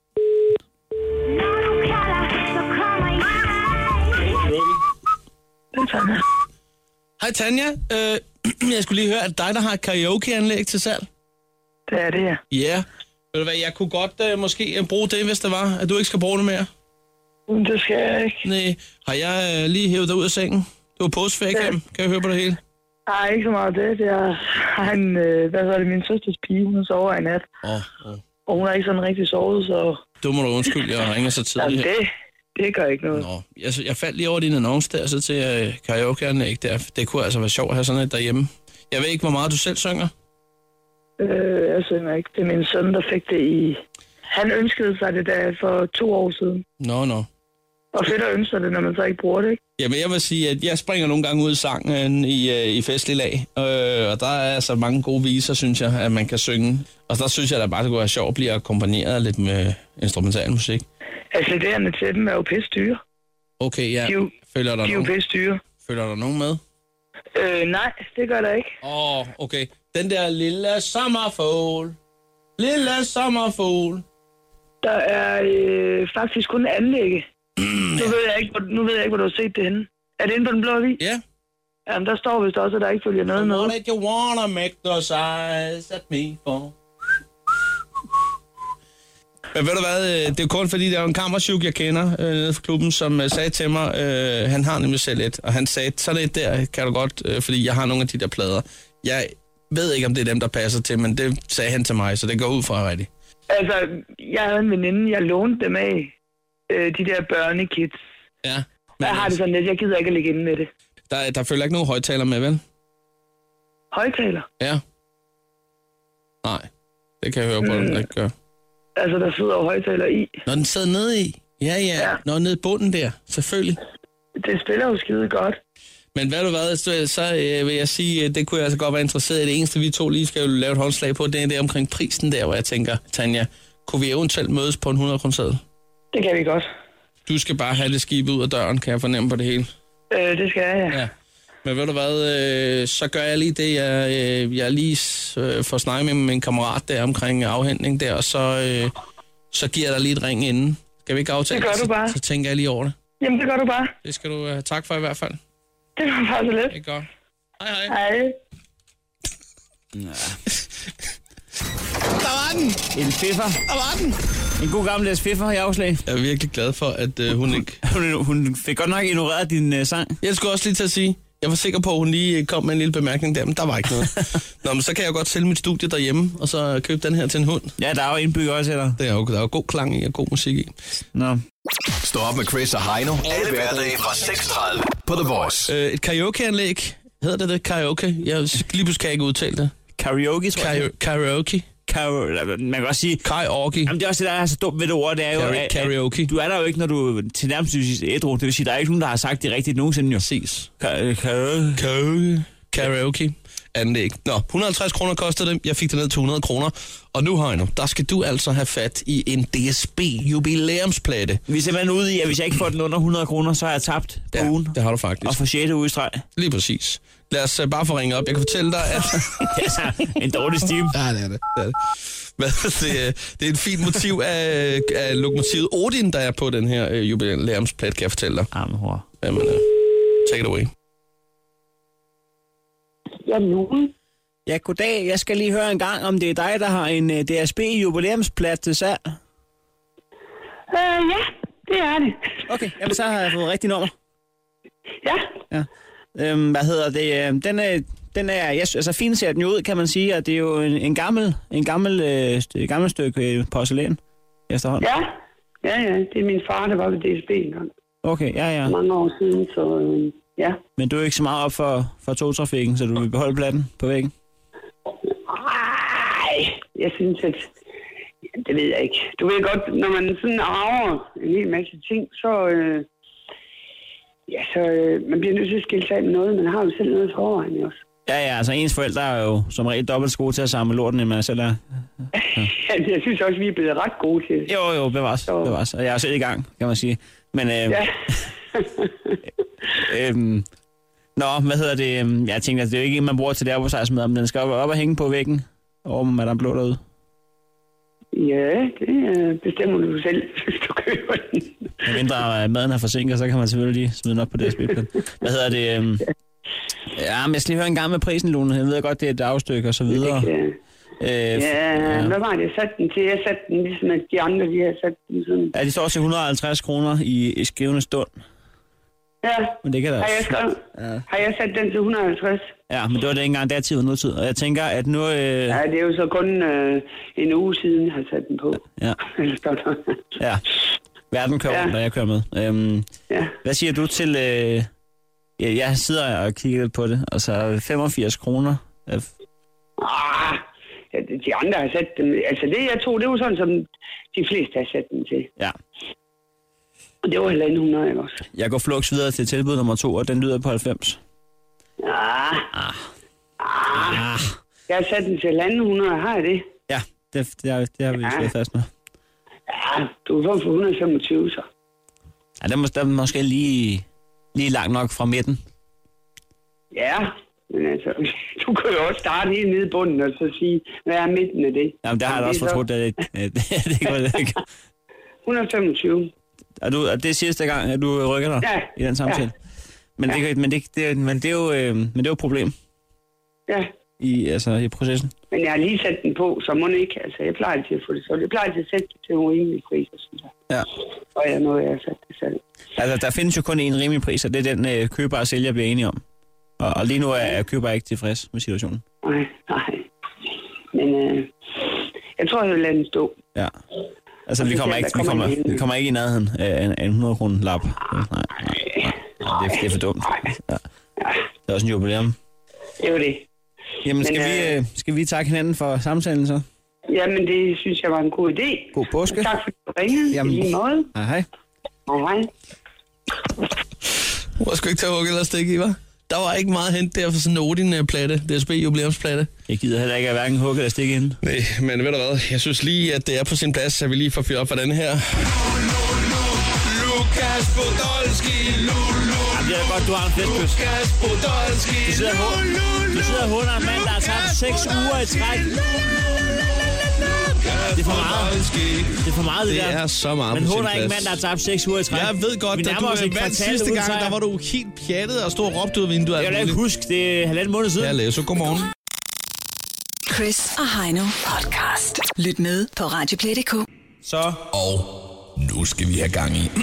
Hej Tanja. Jeg skulle lige høre, at dig, der har et karaoke-anlæg til salg. Det er det, ja. Ja. Ved du hvad, jeg kunne godt måske bruge det, hvis det var, at du ikke skal bruge det mere. Det skal jeg ikke. Nej. Har jeg lige hævet dig ud af sengen? Det var påskeferie, kan jeg høre på det hele? Nej, ikke så meget det. Det er min søsters pige, hun sover i nat. Og hun har ikke sådan rigtig sovet, så... Du må du undskylde, jeg ringer så tidligt. Jamen, det gør ikke noget. Nå, jeg faldt lige over din annonce der, så til karaoke-anlæg der. Det kunne altså være sjovt at have sådan et derhjemme. Jeg ved ikke, hvor meget du selv synger. Jeg synger ikke. Det er min søn, der fik det i Han ønskede sig det der for 2 år siden. Nå. Og fedt at ønske det, når man så ikke bruger det, ikke? Jamen, jeg vil sige, at jeg springer nogle gange ud i sangen i festlig lag. Og der er altså mange gode viser, synes jeg, at man kan synge. Og der synes jeg, at bare det kunne være sjovt at blive akkompagneret lidt med instrumental musik. Altså, idéerne til dem er jo pisse dyre. Okay, ja. Følger der de er jo pisse dyre. Følger der nogen med? Nej, det gør der ikke. Okay. Den der lille sommerfugl. Lille sommerfugl. Der er faktisk kun anlægge. Nu ved jeg ikke, hvor du har set det henne. Er det inde på Den Blå Avis? Ja. Jamen, der står vist også, at der ikke følger noget med. What you wanna make those eyes at me for? Men ved du hvad, det er kun fordi, der er en kammerchuk, jeg kender nede fra klubben, som sagde til mig, han har nemlig selv et, og han sagde, sådan et der kan du godt, fordi jeg har nogle af de der plader. Jeg ved ikke, om det er dem, der passer til, men det sagde han til mig, så det går ud fra rigtigt. Altså, jeg havde en veninde, jeg lånte dem af, de der børnekids. Ja. Jeg har det sådan lidt, jeg gider ikke at ligge inde med det. Der følger ikke nogen højtaler med, vel? Højtaler? Ja. Nej, det kan jeg høre på, den ikke gør. Altså, der sidder jo højtaler i. Når den sidder nede i? Ja. Når nede i bunden der, selvfølgelig. Det spiller jo skide godt. Men hvad du hvad, så vil jeg sige, det kunne jeg altså godt være interesseret i. Det eneste, vi to lige skal jo lave et håndslag på, det er det omkring prisen der, hvor jeg tænker, Tanja, kunne vi eventuelt mødes på en 100-kroneseddel? Det kan vi godt. Du skal bare have det skib ud af døren, kan jeg fornemme på det hele. Det skal jeg, ja. Men ved du hvad, så gør jeg lige det, jeg lige får snakket med min kammerat der omkring afhentning der, og så giver jeg dig lige et ring inden. Skal vi ikke aftale det? Det gør du bare. Så tænker jeg lige over det. Jamen, det gør du bare. Det skal du have tak for i hvert fald. Det var bare så lidt. Det er godt. Hej. Hej. Der var den! En fiffer. Der var den! En god gammeldags fiffer i afslag. Jeg er virkelig glad for, at hun ikke... Hun fik godt nok ignoreret din sang. Jeg skulle også lige til at sige, jeg var sikker på, at hun lige kom med en lille bemærkning der, men der var ikke noget. Nå, men så kan jeg godt sælge mit studie derhjemme, og så købe den her til en hund. Ja, der er jo indbygget også, eller? Der er jo god klang i og god musik i. Nå. Stå op med Chris og Heino. Alle hverdage fra 6:30 på The Voice. Et karaokeanlæg. Hedder det karaoke? Jeg lige pludselig kan jeg ikke udtale det. Karaoke, tror jeg. Karaoke. Man kan også sige... Karaoke. Jamen, det er også det, der er så dumt ved det ord. Det er jo, karaoke. Du er der jo ikke, når du til nærmest ædru. Det vil sige, der er ikke nogen, der har sagt det rigtigt nogensinde, jo. Præcis. Karaoke. Karaoke. Anlæg. Nå, 150 kroner kostede det. Jeg fik det ned til 100 kroner. Og nu, Heino, der skal du altså have fat i en DSB jubilæumsplade. Vi er simpelthen ude i, at hvis jeg ikke får den under 100 kroner, så har jeg tabt på ugen. Det har du faktisk. Og for 6. uge i streg. Lige præcis. Lad os bare få ringet op. Jeg kan fortælle dig, at... en dårlig stime. Ja, det er det. Det er et fint motiv af lokomotivet Odin, der er på den her jubilæumsplade, kan jeg fortælle dig. Jamen, take it away. Ja, goddag. Jeg skal lige høre en gang, om det er dig, der har en DSB jubilæumsplat til salg. Ja, det er det. Okay, jamen så har jeg fået rigtig nummer. Ja. Hvad hedder det? Den er altså fint ser den jo ud, kan man sige, at det er jo en gammel stykke porcelæn efterhånden. Ja, det er min far, der var ved DSB engang. Okay, ja. Mange år siden, så ja. Men du er ikke så meget op for togtrafikken, så du vil beholde pladen på væggen? Nej, jeg synes, at... Det ved jeg ikke. Du ved godt, når man sådan arver en hel masse ting, så... man bliver nødt til at skille sig af med noget. Man har jo selv noget forvejen også. Ja, altså ens forældre er jo som regel dobbelt så gode til at samle lorten, end man selv er. Ja. Jeg synes også, vi er blevet ret gode til det. Jo, bevares. Og jeg er selv i gang, kan man sige. Men, ja. hvad hedder det? Jeg tænker, at det er jo ikke en, man bruger til det arbejdsejsmad, men den skal op og hænge på væggen over Madame Blå derude. Ja, det bestemmer du selv, hvis du køber den. Når mindre maden er forsinket, så kan man selvfølgelig lige smide den op på DSB-pladen. Hvad hedder det? Ja, men jeg skal lige høre en gang med prisen, Lone. Jeg ved godt, det er et dagstykke og så videre. Hvad var det, jeg satte den til? Jeg satte den ligesom, at de andre, de har sat den sådan. Ja, de står til 150 kroner i skrivende stund. Ja, men det kan da har jeg sat den til 150? Ja, men det var det ikke engang dertid og nutid. Og jeg tænker, at nu... Ja, det er jo så kun en uge siden, jeg har sat den på. Ja. Ja. Verden kører rundt, når jeg kører med. Hvad siger du til... jeg sidder og kigger lidt på det, og så 85 kroner. de andre har sat dem... Altså det, jeg tog, det var sådan, som de fleste har sat dem til. Ja. Og det var 1.500, ikke også? Jeg går flux videre til tilbud nummer 2, og den lyder på 90. Jeg har sat den til 1.500, har jeg det? Ja, det har vi slået fast med. Ja, du kan få for 125, så. Ja, den er måske lige langt nok fra midten. Ja, men altså, du kan jo også starte helt nede i bunden og så sige, hvad er midten af det? Jamen, der har jeg også fortrudt, at det går det ikke. 125. Og det er sidste gang, at du rykker dig i den samtale? Men det er jo et problem. Ja. I processen. Men jeg har lige sat den på, så må ikke. Altså, jeg plejer altid at få det så. Jeg plejer altid at sætte det til en rimelig pris, synes jeg. Ja. Og jeg nåede, jeg har sat det selv. Altså, der findes jo kun en rimelig pris, og det er den køber og sælger bliver enige om. Og lige nu er køber ikke tilfreds med situationen. Nej. Men jeg tror, jeg vil lade den stå. Ja. Altså, vi kommer ikke i nærheden af en 100 kroner lap. Nej. Det er for dumt. Ja. Det er også en jubilæum. Det er jo det. Jamen, skal vi takke hinanden for samtalen så? Jamen, det synes jeg var en god idé. God påske. Tak for at du ringede. Jamen, lige måde. Hej. Hej. Hun var sgu ikke til at hugge eller stikke i, hva'? Der var ikke meget hent der for sådan en Odin-plade, DSB jubilæumsplade. Jeg gider heller ikke at hverken hugge eller stikke ind. Nej, men ved du hvad? Jeg synes lige, at det er på sin plads, at vi lige får fyret op for den her. Lukas Podolski, Jamen, det er godt, du har en fedtkys. Lukas Podolski, Du sidder og hunder en mand, der har tabt 6 uger i træk. Det er for meget. Det er for meget, det der. Det er så meget. Men hun er ikke mand, der har tabt 6 uger i træk. Jeg ved godt, da du vandt sidste gang, der var du helt pjattet og stod og råbte ud af vinduet. Jeg kan ikke huske, det er 1,5 måned siden. Ja, læs, så godmorgen. Chris og Heino podcast. Lyt med på radioplay.dk. Så. Og nu skal vi have gang i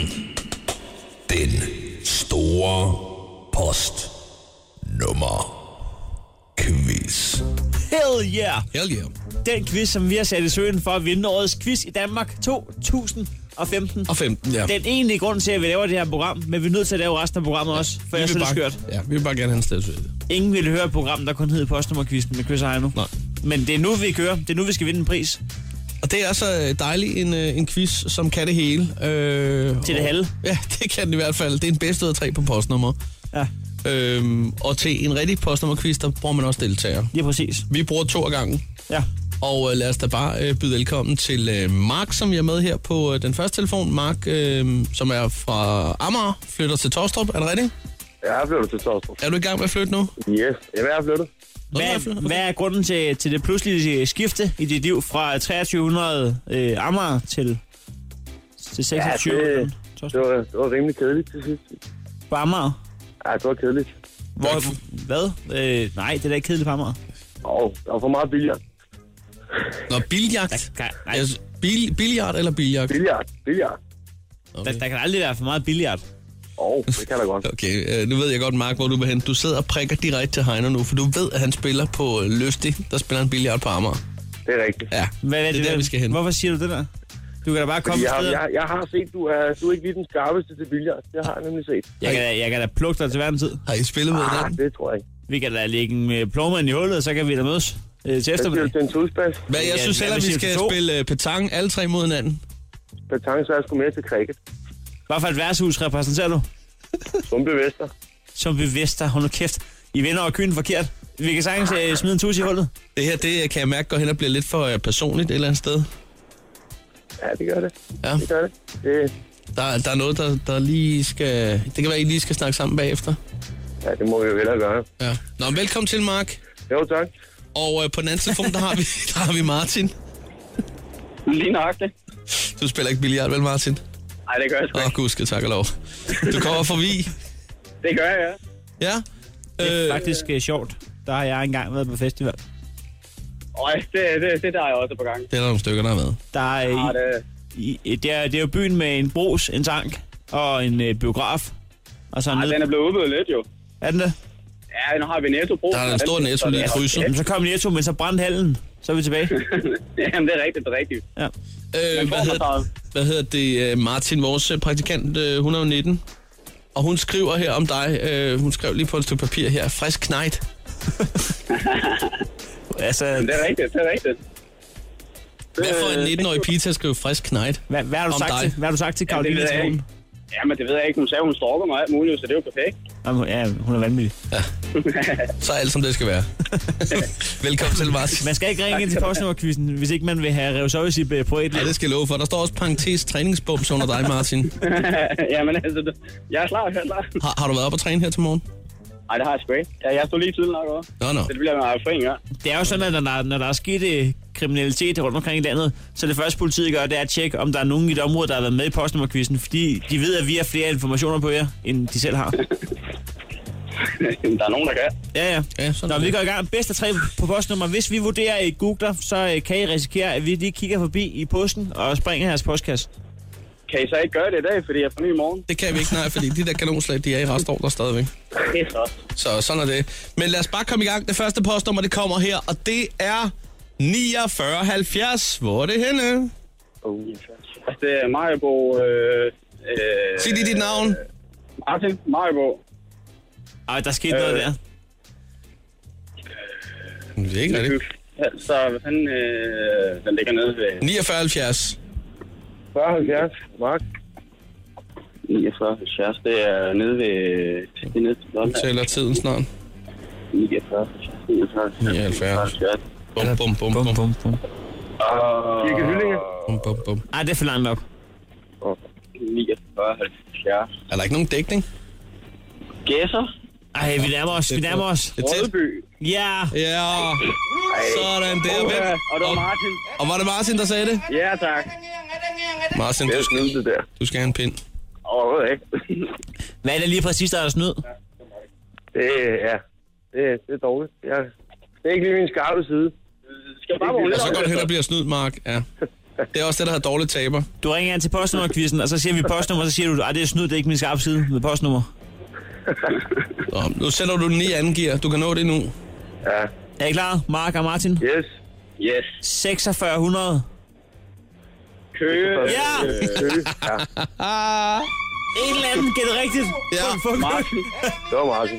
den store postnummer quiz. Hell yeah! Hell yeah. Den quiz, som vi har sat i søen for at vinde årets quiz i Danmark 2015. Og 15, ja. Den egentlige grund til, at vi laver det her program, men vi er nødt til at lave resten af programmet også, for jeg synes, det er skørt. Ja, vi vil bare gerne have en sted. Ingen ville høre et program, der kun hed Postnummerquizzen med Chris og Heino. Nej. Men det er nu, vi kører. Det er nu, vi skal vinde en pris. Og det er så dejligt en quiz, som kan det hele. Til det halve? Ja, det kan den i hvert fald. Det er en bedste ud af 3 på postnummer. Ja. Og til en rigtig postnummerquiz, der bruger man også deltagere. Ja, præcis. Vi bruger 2 af gangen. Ja. Og lad os da bare byde velkommen til Mark, som vi er med her på den første telefon. Mark, som er fra Amager, flytter til Torstrup. Er det rigtigt? Ja, jeg flytter til Torstrup. Er du i gang med at flytte nu? Yes, jeg er flyttet. Hvad er grunden til det pludselige skifte i dit liv fra 2300 Amager til 26? Ja, det var rimelig kedeligt til sidst. På Amager? Ja, det var kedeligt. Hvad? Nej, det er da ikke kedeligt på Amager. Der var for meget biljagt. Nå, biljagt? Biljagt eller biljagt? Biljagt. Okay. Der kan aldrig være for meget biljagt. Det kan der godt. Okay, nu ved jeg godt, Mark, hvor du vil hen. Du sidder og prikker direkte til Heino nu, for du ved, at han spiller på Løftig. Der spiller en biljagt på Amager. Det er rigtigt. Ja, det er der, vi skal hen. Hvorfor siger du det der? Du kan da bare komme jeg har set, du er ikke lige den skarpeste til biljagt. Det har jeg nemlig set. Jeg kan da plukke dig til hver en tid. Har I spillet med den? Det tror jeg ikke. Vi kan da lægge en plommer i hullet, så kan vi da mødes til eftermiddag. Det er en tudspas. Jeg synes heller, vi skal spille petanque alle 3 mod hinanden. Petanque, så er jeg sgu mere til cricket. Hvad for et værtshus repræsenterer du? Sundby Vester, hold nu kæft. I vinder over køen forkert. Vi kan sagtens smide en tus i hullet. Det her, det kan jeg mærke går hen og bliver lidt for personligt et eller andet sted. Ja, det gør det. Ja. Det gør det. Der er noget, der lige skal... Det kan være, I lige skal snakke sammen bagefter. Ja, det må vi jo hellere gøre. Ja. Nå, velkommen til, Mark. Jo, tak. Og på den anden telefon, der har vi Martin. Lige nøjagtigt. Du spiller ikke billiard, vel, Martin? Nej, det gør jeg sgu ikke. Gudske, tak og lov. Du kommer fra Vig. Det gør jeg, ja. Ja. Det er faktisk sjovt. Der har jeg engang været på festival. Det der er jeg også på gang. Det er der nogle stykker, der har været. Det er jo byen med en brus, en tank og en biograf. Og så den er blevet udvidet lidt, jo. Er den det? Ja, nu har vi Netto-brus. Der er en stor Netto lige i krydset. Så kom Netto, men så brændte hallen. Så er vi tilbage. Jamen, det er rigtigt, Ja. Hvad hedder det? Martin, vores praktikant, 119. Og hun skriver her om dig. Hun skrev lige på et stykke papir her. Frisk knejt. Altså, det er rigtigt. Hvad for en 19-årig pige til at skrive frisk knight? Hvad har du sagt til Karoline til morgen? Jamen, det ved jeg ikke. Hun sagde, hun stalker mig alt muligt, så det er jo perfekt. Ja, hun er vanvittig. Ja. Så er alt, som det skal være. Velkommen til, Martin. Man skal ikke ringe ind til postnummerquizzen, hvis ikke man vil have revet i sit privatliv. Ja, det skal jeg love for. Der står også parentes træningsbums under dig, Martin. Jamen, altså, jeg er klar. Har du været op og træne her til morgen? Nej, det har jeg sgu ikke. Jeg stod lige tidligt nok over. Nå. Så det bliver meget fri, ja. Det er jo sådan, at når der er sket kriminalitet rundt omkring i landet, så det første politiet gør, det er at tjekke, om der er nogen i det område, der har været med i postnummerquizzen, fordi de ved, at vi har flere informationer på jer, end de selv har. Der er nogen, der kan. Ja. Når vi går i gang. Bedst af 3 på postnummer. Hvis vi vurderer i Googler, så kan I risikere, at vi lige kigger forbi i posten og springer jeres postkasse. Kan I så ikke gøre det i dag, fordi jeg får ny i morgen? Det kan vi ikke, nej, fordi de der kanonslag, de er i restordre stadigvæk. Det er så. Så sådan er det. Men lad os bare komme i gang. Det første postnummer, det kommer her, og det er 4970. Hvor er det henne? Det er Maribo. Sig lige dit navn. Martin, Maribo. Ej, der skete noget der. Det er ikke rigtigt. Så hvad fanden, den ligger nede ved... 4970. 4070, Mark. 4970, det er nede ved... Det er nede til London. Tæller tiden snart. 4970. Bum. Kirke Hyllinge. Bum. Ej, det er for langt nok. 4970. Er der ikke nogen dækning? Gæsser? Ej, vi nærmer os. Rødby. Ja. Sådan der. Og det var Martin. Og var det Martin, der sagde det? Ja, tak. Martin, du skal have en pind. Overhovedet ikke. Hvad er det lige præcis, der er snyd? Det er dårligt. Det er ikke lige min skarpe side. Og så går det hen og bliver snyd, Mark. Ja. Det er også det, der hedder dårligt taber. Du ringer ind til postnummerquizzen, og så siger vi postnummer, og så siger du, at det er snyd, det er ikke min skarpe side med postnummer. Så, nu sætter du den i anden gear. Du kan nå det nu. Ja. Er I klar, Mark og Martin? Yes. 4600. Køge. Ja! Køge. Ja. En eller anden gætter rigtigt. Ja. Martin. Det var Martin.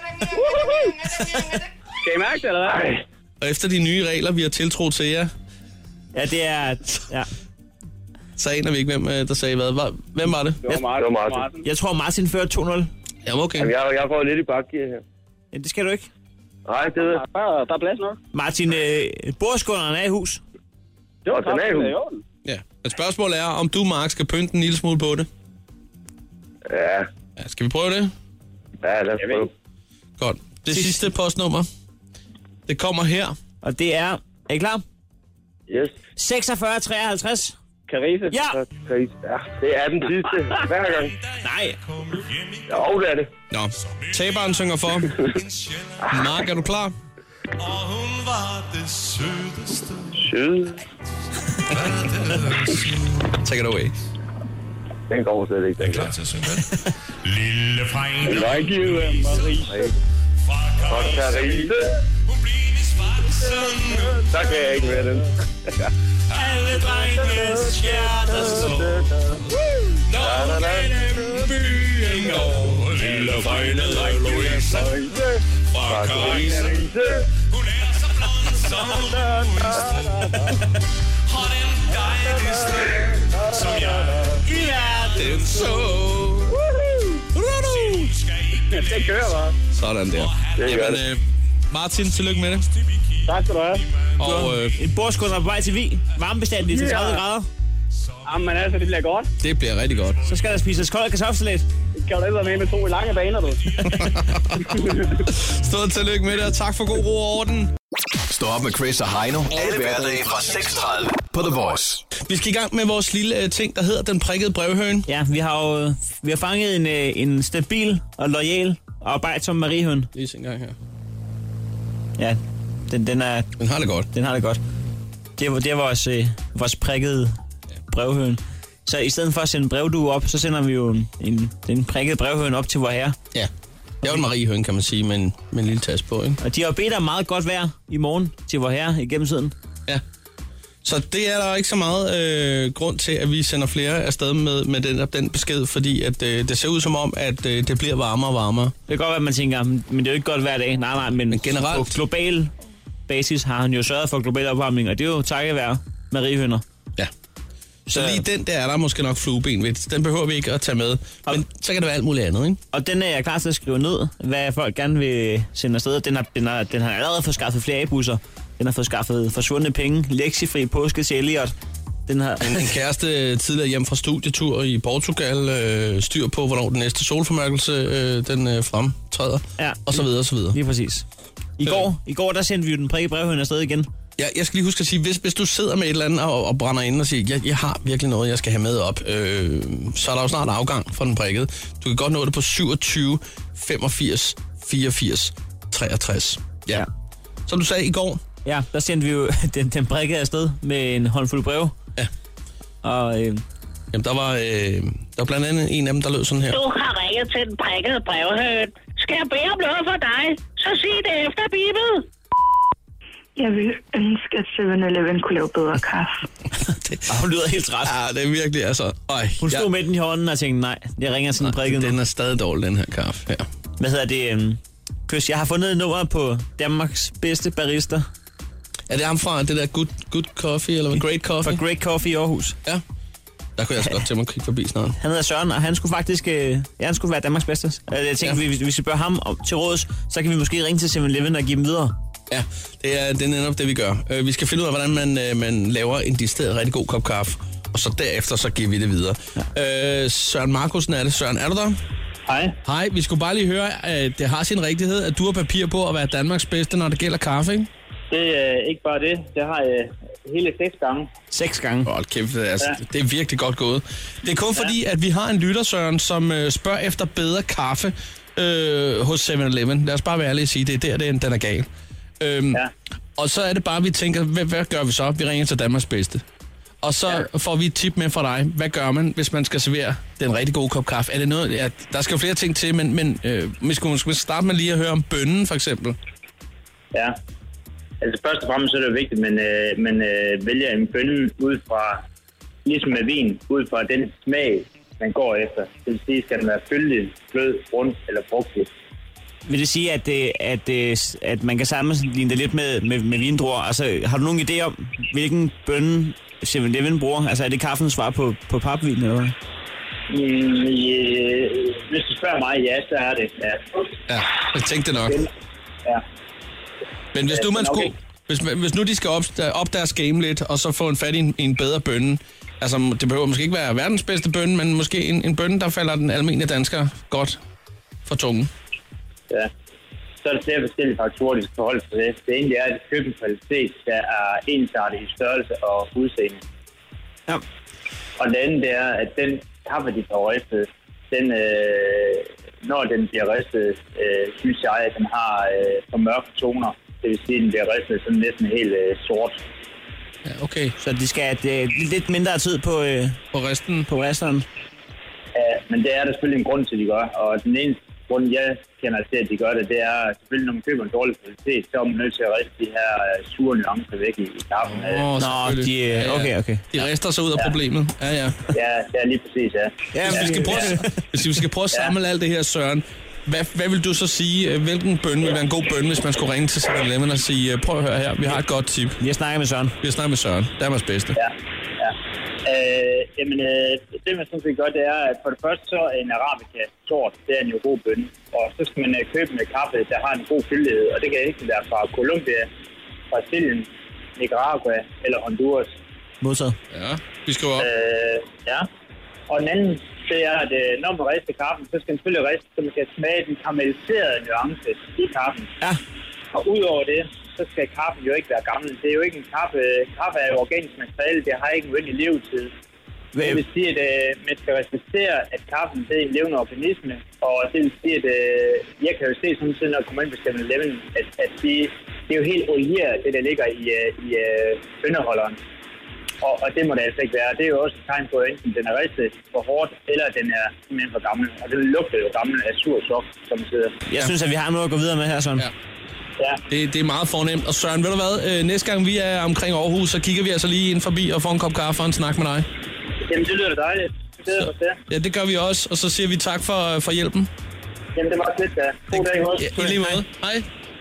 Skal I mærke det, eller hvad? Og efter de nye regler, vi har tiltrådt til jer, Ja, det er... Ja. så aner vi ikke, hvem der sagde hvad. Hvem var det? Det var Martin. Jeg tror, Martin fører 2-0. Jamen, okay. Jamen, jeg får lidt i bakgear her. Ja, det skal du ikke. Nej, det ved jeg. Der er plads nok. Martin, bordskånderen er i hus. Det var den er i orden. Ja. Et spørgsmål er, om du, Mark, skal pynte en lille smule på det. Ja. Ja, skal vi prøve det? Ja, lad os prøve. Godt. Det sidste postnummer, det kommer her. Og det er... Er I klar? Yes. 4653. Carise. Ja! Ja, det er den sidste. Hver gang. Nej. Jo, det er det. Nå, taberen synger for. Mark, er du klar? Og hun var det sødeste. Søde. Take it away. Den går slet ikke. Er klar til at synge med? Lille Frænke. Marie. Fra Carise. Hun bliver i svartsen. Så kan jeg ikke være den. Alle drenges hjerter slår. Når gennem byen går. Lille Frænke Louise. Fra Carise. Hun er så blond som og den dejligste, som jeg i verden så. Det kører bare. Sådan der. Jamen, Martin, tillykke med det. Tak skal du have. Og En bordskånder på vej til Vig. Varmebestandig til 30 grader. Jamen altså, det bliver godt. det bliver rigtig godt. Så skal der spises kold kartoffelsalat. Kan du ellers med 2 i lange baner, du? Stort tillykke med det, og tak for god ro og orden. Stå op med Chris og Heino. Alle hverdage fra 6:30 på The Voice. Vi skal i gang med vores lille ting, der hedder Den Prikkede Brevhøn. Ja, vi har fanget en stabil og loyal og arbejdsom mariehøn. Lige se en gang her. Ja, den har det godt. Den har det godt. Det er vores prikkede brevhøn. Så i stedet for at sende brevdue op, så sender vi jo den prikkede brevhøn op til vor herre. Ja, det er jo en mariehøn, kan man sige, med en lille tas på, ikke? Og de har jo bedt om meget godt vejr i morgen til vor herre igennem tiden. Ja. Så det er der ikke så meget grund til, at vi sender flere afsted med den besked, fordi at, det ser ud som om, at det bliver varmere og varmere. Det kan godt være, at man tænker, men det er jo ikke godt hver dag. Nej, men generelt. på global basis har han jo sørget for global opvarmning, og det er jo takket være mariehøner. Ja. Så lige den der er der måske nok flueben ved. Den behøver vi ikke at tage med. Men så kan det være alt muligt andet, ikke? Og den er jeg klar til at skrive ned, hvad folk gerne vil sende afsted. Den har allerede fået skaffet flere A-busser. Den har fået skaffet forsvundne penge, lektiefri påske til Elliot. Den har en kæreste tidligere hjem fra studietur i Portugal, styr på, hvornår den næste solformørkelse den fremtræder, og så videre, og så videre. Lige præcis. I går der sendte vi jo den prikke brevhøn afsted igen. Ja, jeg skal lige huske at sige, hvis du sidder med et eller andet og brænder ind og siger, jeg har virkelig noget, jeg skal have med op, så er der jo snart afgang for den prikkede. Du kan godt nå det på 27, 85, 84, 63. Ja. Som du sagde i går. Ja, der sendte vi jo den prikkede afsted med en håndfuld brev. Ja. Og jamen, der var blandt andet en af dem, der lød sådan her. Du har ringet til den prikkede brevhøn. Skal jeg bede om noget for dig, så sig det efter, Bibel. Jeg vil ønske, at 7-Eleven kunne lave bedre kaffe. Hun lyder helt træt. Ja, det er virkelig, altså. Hun stod med den i hånden og tænkte, nej, jeg ringer sådan en prikke. Den er stadig dårlig, den her kaffe. Ja. Hvad hedder det? Chris, jeg har fundet et nummer på Danmarks bedste barista. Er det ham fra det der Good Coffee, eller Great Coffee? Fra Great Coffee i Aarhus. Ja. Der kunne jeg også godt til mig at kigge forbi snart. Han hedder Søren, og han skulle faktisk han skulle være Danmarks bedste. Jeg tænkte, hvis vi spørger ham til råds, så kan vi måske ringe til 7-Eleven og give dem videre. Ja, det er netop det, vi gør. Vi skal finde ud af, hvordan man laver en decideret rigtig god kop kaffe, og så derefter, så giver vi det videre. Ja. Søren Markusen er det. Søren, er du der? Hej. Hej, vi skulle bare lige høre, at det har sin rigtighed, at du har papir på at være Danmarks bedste, når det gælder kaffe, ikke? Det er ikke bare det. Det har jeg hele 6 gange. 6 gange? Hold kæft, altså, det er virkelig godt gået. Det er kun fordi, at vi har en lytter, Søren, som spørger efter bedre kaffe hos 7-Eleven. Lad os bare være ærlige og sige, det er der, den er gal. Og så er det bare, vi tænker, hvad gør vi så? Vi ringer til Danmarks bedste. Og så får vi et tip med fra dig. Hvad gør man, hvis man skal servere den rigtig gode kop kaffe? Er det noget, der skal jo flere ting til, men vi skal måske starte med lige at høre om bønnen, for eksempel. Ja. Altså først og fremmest så er det vigtigt, at man vælger en bønne ud fra, ligesom med vin, ud fra den smag, man går efter. Det vil sige, skal den være fyldig, blød, rund eller frugtig. Vil det sige, at man kan sammenligne det lidt med vindruer? Altså, har du nogen idé om, hvilken bønne 7-Eleven bruger? Altså, er det kaffens svar på papvin, eller hvad? Hvis du spørger mig, ja, så er det. Ja, jeg tænkte nok. Ja. Men hvis nu man skulle, hvis nu de skal op deres game lidt, og så få en fat i en bedre bønne, altså det behøver måske ikke være verdens bedste bønne, men måske en bønne, der falder den almindelige dansker godt for tungen. Ja, så er der flere forskellige faktorer, de skal forholde sig til. Det ene er, at købe en kvalitet, der er ensartet i størrelse og udseende. Ja. Og det andet er, at den kaffe, de får ristet, den, når den bliver ristet, synes jeg, at den har for mørke toner. Det vil sige, at den bliver ristet sådan næsten helt sort. Ja, okay. Så de skal have lidt mindre tid på risteren? Ja, men det er der selvfølgelig en grund til, at de gør. Og den eneste grund, jeg kender til, at de gør det, det er selvfølgelig, når man køber en dårlig kvalitet, så er man nødt til at riste de her sure nuancer væk i kaffen. Okay. De rister sig ud af problemet. Ja. Ja, det er lige præcis, ja. Ja, hvis vi skal prøve at samle alt det her, Søren, hvad vil du så sige, hvilken bønne vil være en god bønne, hvis man skulle ringe til 7-Eleven og sige, prøv at høre her, vi har et godt tip. Vi har snakket med Søren. Danmarks bedste. Ja. Det man sådan set gør, det er, at for det første så er en arabica sort, det er en jo god bønne. Og så skal man købe en kaffe, der har en god fyldighed, og det kan ikke være fra Colombia, Brasilien, Nicaragua eller Honduras. Modtaget. Ja, vi skriver op. Ja, og den anden, det er, at når man rister kaffen, så skal man selvfølgelig riste, så man kan smage den karamelliserede nuance i kaffen. Ja. Og udover det, så skal kaffen jo ikke være gammel. Det er jo ikke en kaffe. Kaffe er jo organisk materiale. Det har ikke en uendelig levetid. Det vil sige, at man skal respektere, at kaffen det er en levende organisme. Og det vil sige, at jeg kan jo se sådan set, når jeg kommer ind på 7-Eleven, at det er jo helt olieret, det der ligger i bønneholderen. Og det må det altså ikke være. Det er jo også et tegn på, at enten den er ristet for hårdt, eller den er simpelthen for gammel. Og det lugter jo gammel af sur sok, som sidder. Jeg synes, at vi har noget at gå videre med her, Søren. Ja. Det er meget fornemt. Og Søren, ved du hvad? Næste gang vi er omkring Aarhus, så kigger vi altså lige ind forbi og får en kop kaffe og en snak med dig. Jamen, det lyder da dejligt. Ja, det gør vi også. Og så siger vi tak for hjælpen. Jamen, det var lidt, ja. God dag også. I lige måde. Hej.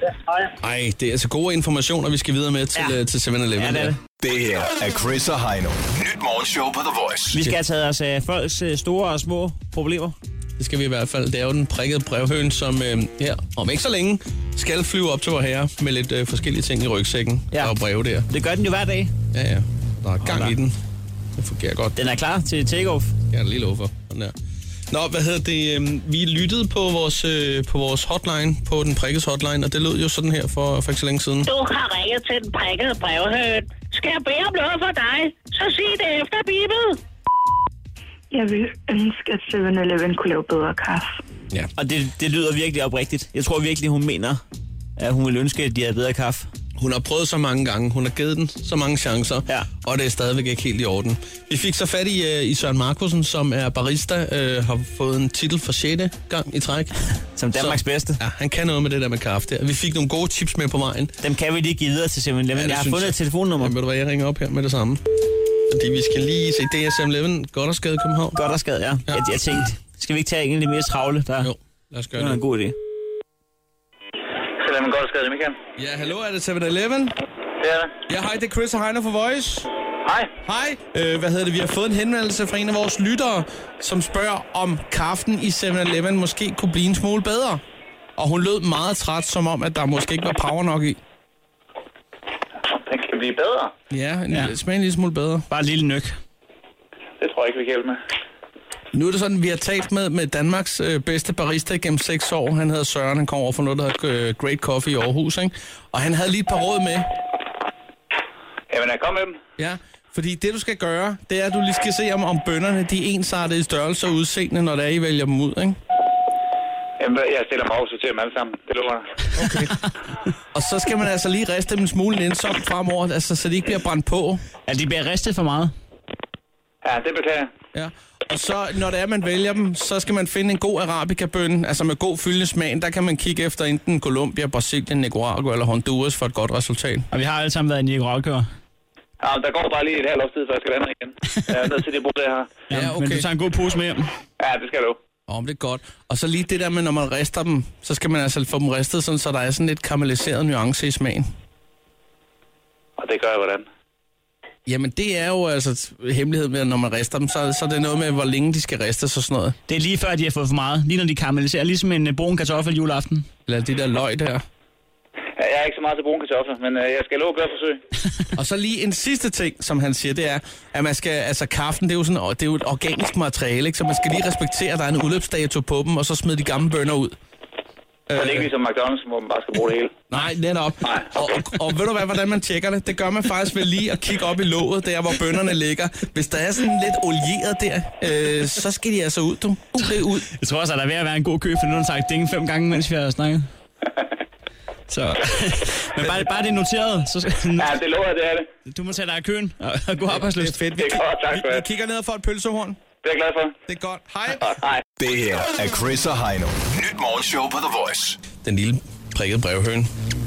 Ej, det er altså gode informationer, vi skal videre med til 7-Eleven. Ja, det er det. Det her er Chris og Heino. Nyt morgenshow på The Voice. Vi skal have taget os af folks store og små problemer. Det skal vi i hvert fald. Det er jo den prikkede brevhøn, som her om ikke så længe skal flyve op til vor herre med lidt forskellige ting i rygsækken. Ja. Der er breve der. Det gør den jo hver dag. Ja. Der er gang i den. Det fungerer godt. Den er klar til take-off. Jeg er lige lov for. Sådan der. Nå, hvad hedder det? Vi lyttede på vores hotline, på den prikkes hotline, og det lød jo sådan her for ikke så længe siden. Du har ringet til den prikkede brevhøn. Skal jeg bede om noget for dig? Så sig det efter, Bibel. Jeg vil ønske, at 7-Eleven kunne lave bedre kaffe. Ja. Og det lyder virkelig oprigtigt. Jeg tror virkelig, hun mener, at hun vil ønske, at de havde bedre kaffe. Hun har prøvet så mange gange, hun har givet den så mange chancer, og det er stadigvæk ikke helt i orden. Vi fik så fat i Søren Markusen, som er barista, har fået en titel for 6. gang i træk. Som Danmarks bedste. Ja, han kan noget med det der med kaffe der. Vi fik nogle gode tips med på vejen. Dem kan vi lige give videre til 7-Eleven. Ja, jeg har fundet et telefonnummer. Ved du hvad, jeg ringer op her med det samme. Fordi vi skal lige se, det er 7-Eleven, Gothersgade, København. Gothersgade, ja. Jeg tænkte, skal vi ikke tage egentlig mere travle der? Jo, lad os gøre det. Det er en god idé. 7-Eleven Gothersgade, Michael. Ja, hallo, er det 7-Eleven? Det er det. Ja, hej, det er Chris og Heino for Voice. Hej. Hej. Vi har fået en henvendelse fra en af vores lyttere, som spørger, om kaffen i 7-Eleven måske kunne blive en smule bedre. Og hun lød meget træt, som om, at der måske ikke var power nok i. Den kan blive bedre. Ja, smag en lille smule bedre. Bare et lille nyk. Det tror jeg ikke, vi kan hjælpe med. Nu er det sådan, vi har talt med Danmarks bedste barista gennem 6 år. Han hedder Søren, han kom over for noget, der hedder Great Coffee i Aarhus, ikke? Og han havde lige et par råd med. Jamen, jeg kom med dem. Ja, fordi det du skal gøre, det er, at du lige skal se, om bønnerne de er ensartede i størrelse og udseende, når det er, I vælger dem ud, ikke? Jamen, jeg stiller mig over til dem alle sammen. Det lover jeg. Okay. Og så skal man altså lige riste dem en smule nænsomt fremover, altså, så de ikke bliver brændt på. Ja, de bliver ristet for meget. Ja, det beklager jeg. Ja. Og så, når det er, man vælger dem, så skal man finde en god arabica-bønne, altså med god fyldende smag. Der kan man kigge efter enten Colombia, Brasilien, Nicaragua eller Honduras for et godt resultat. Og vi har alle sammen været i Nicaragua. Ja, der går bare lige et halvt års tid, før jeg skal lande igen. Jeg er nødt til det bruge det her. Ja, okay. Men du tager en god pose med hjem. Ja, det skal jeg love. Det er godt. Og så lige det der med, når man rister dem, så skal man altså få dem ristet, sådan, så der er sådan lidt karamelliseret nuance i smagen. Og det gør jeg hvordan? Jamen, det er jo altså hemmelighed med, at når man rister dem, så er det noget med, hvor længe de skal ristes og sådan noget. Det er lige før, de har fået for meget. Lige når de karamelliserer, ligesom en brun kartoffel juleaften. Eller det der løg der. Ja, jeg er ikke så meget til brune kartofler, men jeg skal love at gøre forsøg. Og så lige en sidste ting, som han siger, det er, at man skal, altså kaffen, det er jo et organisk materiale, ikke? Så man skal lige respektere, at der er en udløbsdato på dem, og så smide de gamle bønner ud. Så det er ikke ligesom McDonald's, hvor man bare skal bruge det hele. Nej, netop. Nej, okay. og ved du hvad, hvordan man tjekker det? Det gør man faktisk ved lige at kigge op i låget, der hvor bønnerne ligger. Hvis der er sådan lidt olieret der, så skal de altså ud, du. Ud. Jeg tror også, at der er ved at være en god kø, for nu har sagt ding 5 gange, mens vi har snakket. Så. Men bare det er noteret. Så skal, ja, det lover jeg, det er det. Du må tage dig af køen og gå arbejdslyst. Det er fedt. Det er godt, tak for vi kigger ned og får et pølsehorn. Det er jeg glad for. Det er godt. Hej. Hej. Det her er Chris og Heino. Nyt morgenshow på The Voice. Den lille prikkede brevhøn.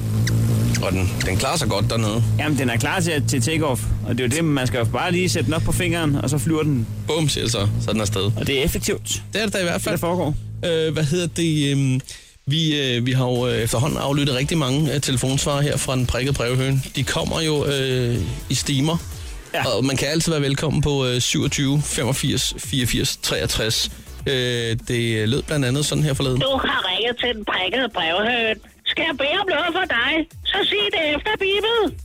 Og den klarer sig godt dernede. Jamen, den er klar til take-off. Og det er jo det, man skal bare lige sætte den op på fingeren, og så flyver den. Bum, siger så er den afsted. Og det er effektivt. Det er det da i hvert fald. Det foregår. Hvad hedder det? Vi har jo efterhånden aflyttet rigtig mange telefonsvarer her fra den prikkede brevhøn. De kommer jo i stimer. Ja. Og man kan altid være velkommen på 27 85 84 63. Det lød blandt andet sådan her forleden. Du har ringet til den prikkede brevhøn. Skal jeg bede om noget for dig? Så sig det efter, Bibel.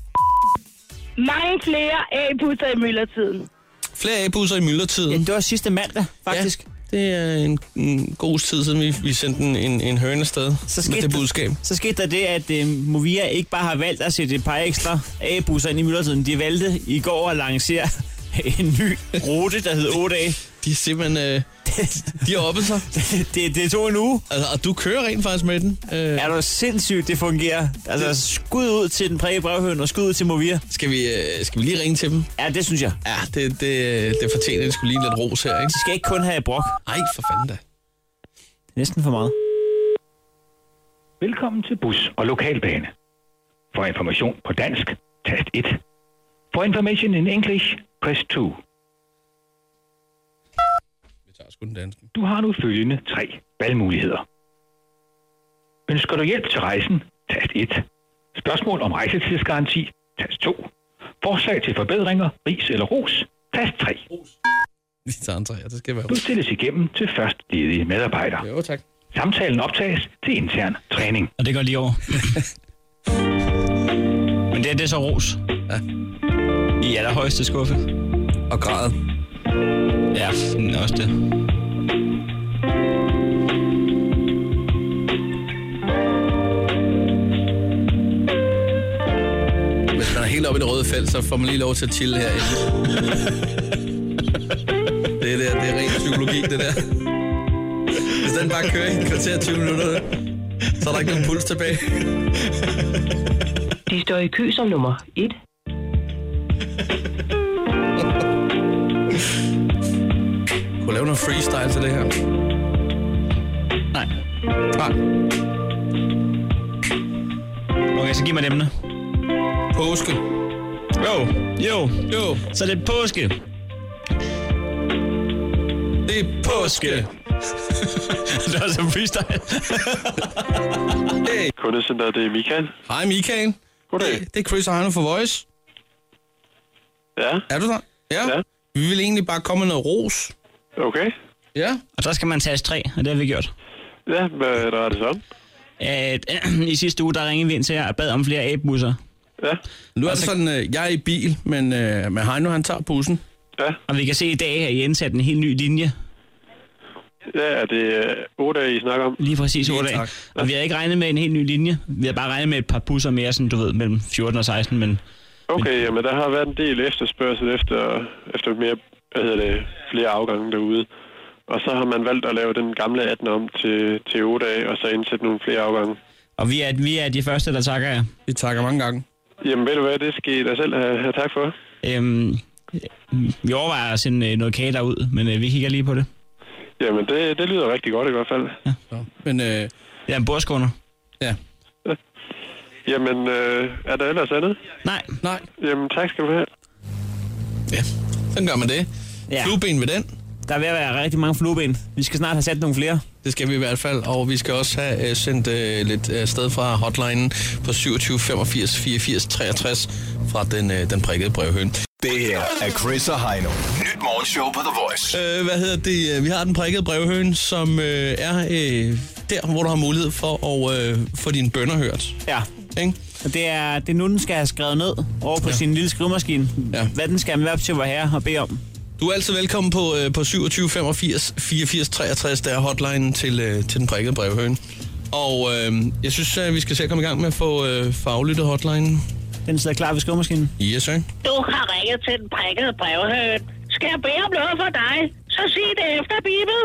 Mange flere A-busser i myldretiden. Flere A-busser i myldretiden? Ja, det var sidste mandag, faktisk. Ja. Det er en god tid siden, vi sendte en høne afsted med det budskab. Så skete der det, at Movia ikke bare har valgt at sætte et par ekstra A-busser ind i myldretiden. De valgte i går at lancere en ny rute, der hedder 8A. De er simpelthen... de har oppet sig. Det tog en uge. Altså, og du kører rent faktisk med den. Er du sindssygt, det fungerer. Altså, skud ud til den prikkede brevhøn og skud ud til Movia. Skal vi lige ringe til dem? Ja, det synes jeg. Ja, det fortjener det skulle lige lidt ros her, ikke? De skal ikke kun have brok. Ej, for fanden da. Det er næsten for meget. Velkommen til Bus og Lokalbane. For information på dansk, tast 1. For information in English, press 2. Du har nu følgende 3 valgmuligheder. Ønsker du hjælp til rejsen, tast tast 1. Spørgsmål om rejsetidsgaranti, tast 2. Forslag til forbedringer, ris eller ros, tast 3. Vi tager en 3, det skal være. Du stilles igennem til først ledige medarbejder. Jo, tak. Samtalen optages til intern træning. Og det går lige over. Men det er så ros. Ja. I allerhøjeste skuffe. Og grad. Ja, også det. Hvis man er helt oppe i det røde felt, så får man lige lov til at chille herinde. det er ren psykologi, det der. Hvis den bare kører i en kvarter 20 minutter, så er der ikke nogen puls tilbage. De står i kø som nummer 1. Kunne lave noget freestyle til det her? Nej. Okay, så giv mig demne. Påske. Jo. Så det er påske. Det er påske. Det var så freestyle. Hey. Kundecenter, det er Michael. Hej Michael. Goddag. Det er Chris og Heino for Voice. Ja. Er du der? Ja. Vi vil egentlig bare komme med noget ros. Okay. Ja. Og så skal man tage 3, og det har vi gjort. Ja, hvad er det sådan? I sidste uge, der ringede vi ind til jer og bad om flere æbebusser. Ja. Nu er det sådan, jeg er i bil, men Heino, han tager bussen. Ja. Og vi kan se i dag, at I indsat en helt ny linje. Ja, er det 8 dage, I snakker om? Lige præcis 8 dage. Og vi har ikke regnet med en helt ny linje. Vi har bare regnet med et par busser mere, sådan, du ved, mellem 14 og 16, men... Okay, jamen der har været en del efterspørgsel efter mere, flere afgange derude. Og så har man valgt at lave den gamle 18 om til 8 dage, og så indsætte nogle flere afgange. Og vi er de første, der takker jer. Vi takker mange gange. Jamen ved du hvad, det skal I da selv have tak for. Vi overvejer at sende noget kage derud, men vi kigger lige på det. Jamen det lyder rigtig godt i hvert fald. Ja. Men ja, en bordskunder. Ja. Jamen, er der ellers andet? Nej. Jamen, tak skal du have. Ja, sådan gør man det. Ja. Flueben ved den. Der er ved at være rigtig mange flueben. Vi skal snart have sat nogle flere. Det skal vi i hvert fald, og vi skal også have sendt lidt afsted fra hotlinen på 27 85 84 63 fra den prikkede brevhøn. Det her er Chris og Heino. Nyt morgenshow på The Voice. Vi har den prikkede brevhøn, som er der, hvor du har mulighed for at få dine bønner hørt. Ja. Ikke? Og det er nu, den skal have skrevet ned over på sin lille skrivemaskine. Ja. Hvad den skal være til vor herre og bede om. Du er altid velkommen på 27 85 84 63, der er hotlinen til den prikkede brevhøn. Og jeg synes, at vi skal se at komme i gang med at få aflyttet hotlinen. Den sidder klar ved skrivemaskinen. Yes, sir. Du har ringet til den prikkede brevhøn. Skal jeg bede om noget for dig, så sig det efter Bibel.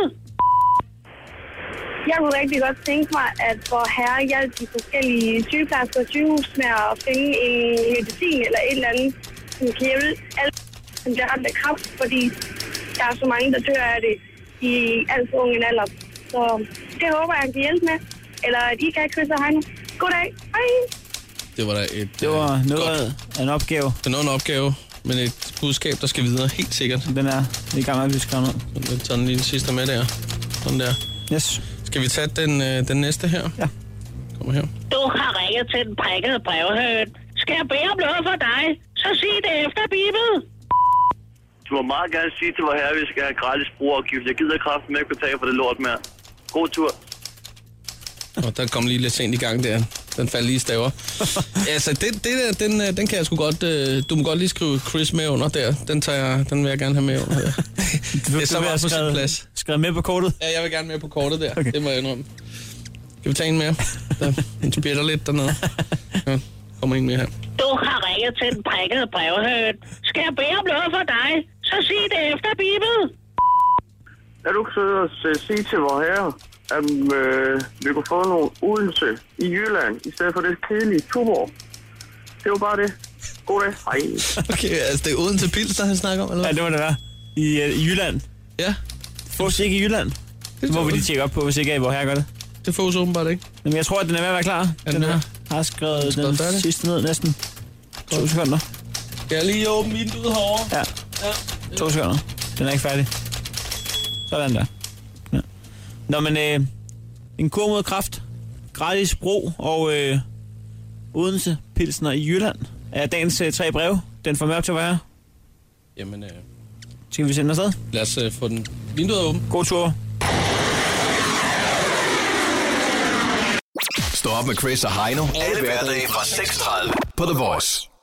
Jeg kunne rigtig godt tænke mig, at vor herre hjalp de forskellige sygeplejersker og sygehus med at finde en medicin eller et eller andet, som kan hjælpe alle, som bliver ramt af kræft, fordi der er så mange, der dør af det i alt for unge alder. Så det håber jeg, han kan hjælpe med. Eller at I kan, Chris og Heino. Goddag. Hej. Det var da det var noget af en opgave. Det er noget af en opgave, men et budskab, der skal videre, helt sikkert. Den er i gang med at blive skrevet ned. Jeg tager den lige sidste med der. Sådan der. Yes. Skal vi tage den næste her? Ja. Kommer her. Du har ringet til den prikkede brevhøn. Skal jeg bede om noget for dig, så sig det efter Bibel. Du må meget gerne sige til vor herre, at vi skal have gratis brugerafgift. Jeg gider kraften med at betale for det lort mere. God tur. Og der kom lige lidt sent i gang der. Den faldt lige i staver. Altså, den kan jeg sgu godt... du må godt lige skrive Chris med under der. Den vil jeg gerne have med under der. Det er så meget på sin plads. Skrevet med på kortet? Ja, jeg vil gerne med på kortet der. Okay. Det må jeg indrømme. Kan vi tage en mere? Den spjætter lidt dernede. Ja, kommer en mere her. Du har ringet til den prikkede brevhøn. Skal jeg bede om noget for dig, så sig det efter Bibel. Er du ikke sød at sige til vor herre, at vi kunne få nogle Odense i Jylland, i stedet for det kedelige Tuborg? Det var bare det. Goddag. Hej. Okay, altså det er Odense Pils, der han snakker om, eller hvad? Ja, det må det være. I Jylland. Ja. Fås ikke i Jylland. Det må vi lige tjekke op på, hvis ikke er, hvor her gør det. Det fås åbenbart ikke. Men jeg tror, at den er ved at være klar. Den har skrevet den sidste ned næsten. 2 sekunder. Skal jeg lige åbne vinduet herovre? Ja. 2 sekunder. Den er ikke færdig. Sådan der. Ja. Nå, men en kur mod kræft, gratis bro og Odense, Pilsner i Jylland. Er dagens 3 breve, den får mørkt til at være? Jamen, skal vi sende afsted? Lad os få den vinduet åben. God tur. Stå op med Chris og Heino. Alle hverdage fra 6:30 på The Voice.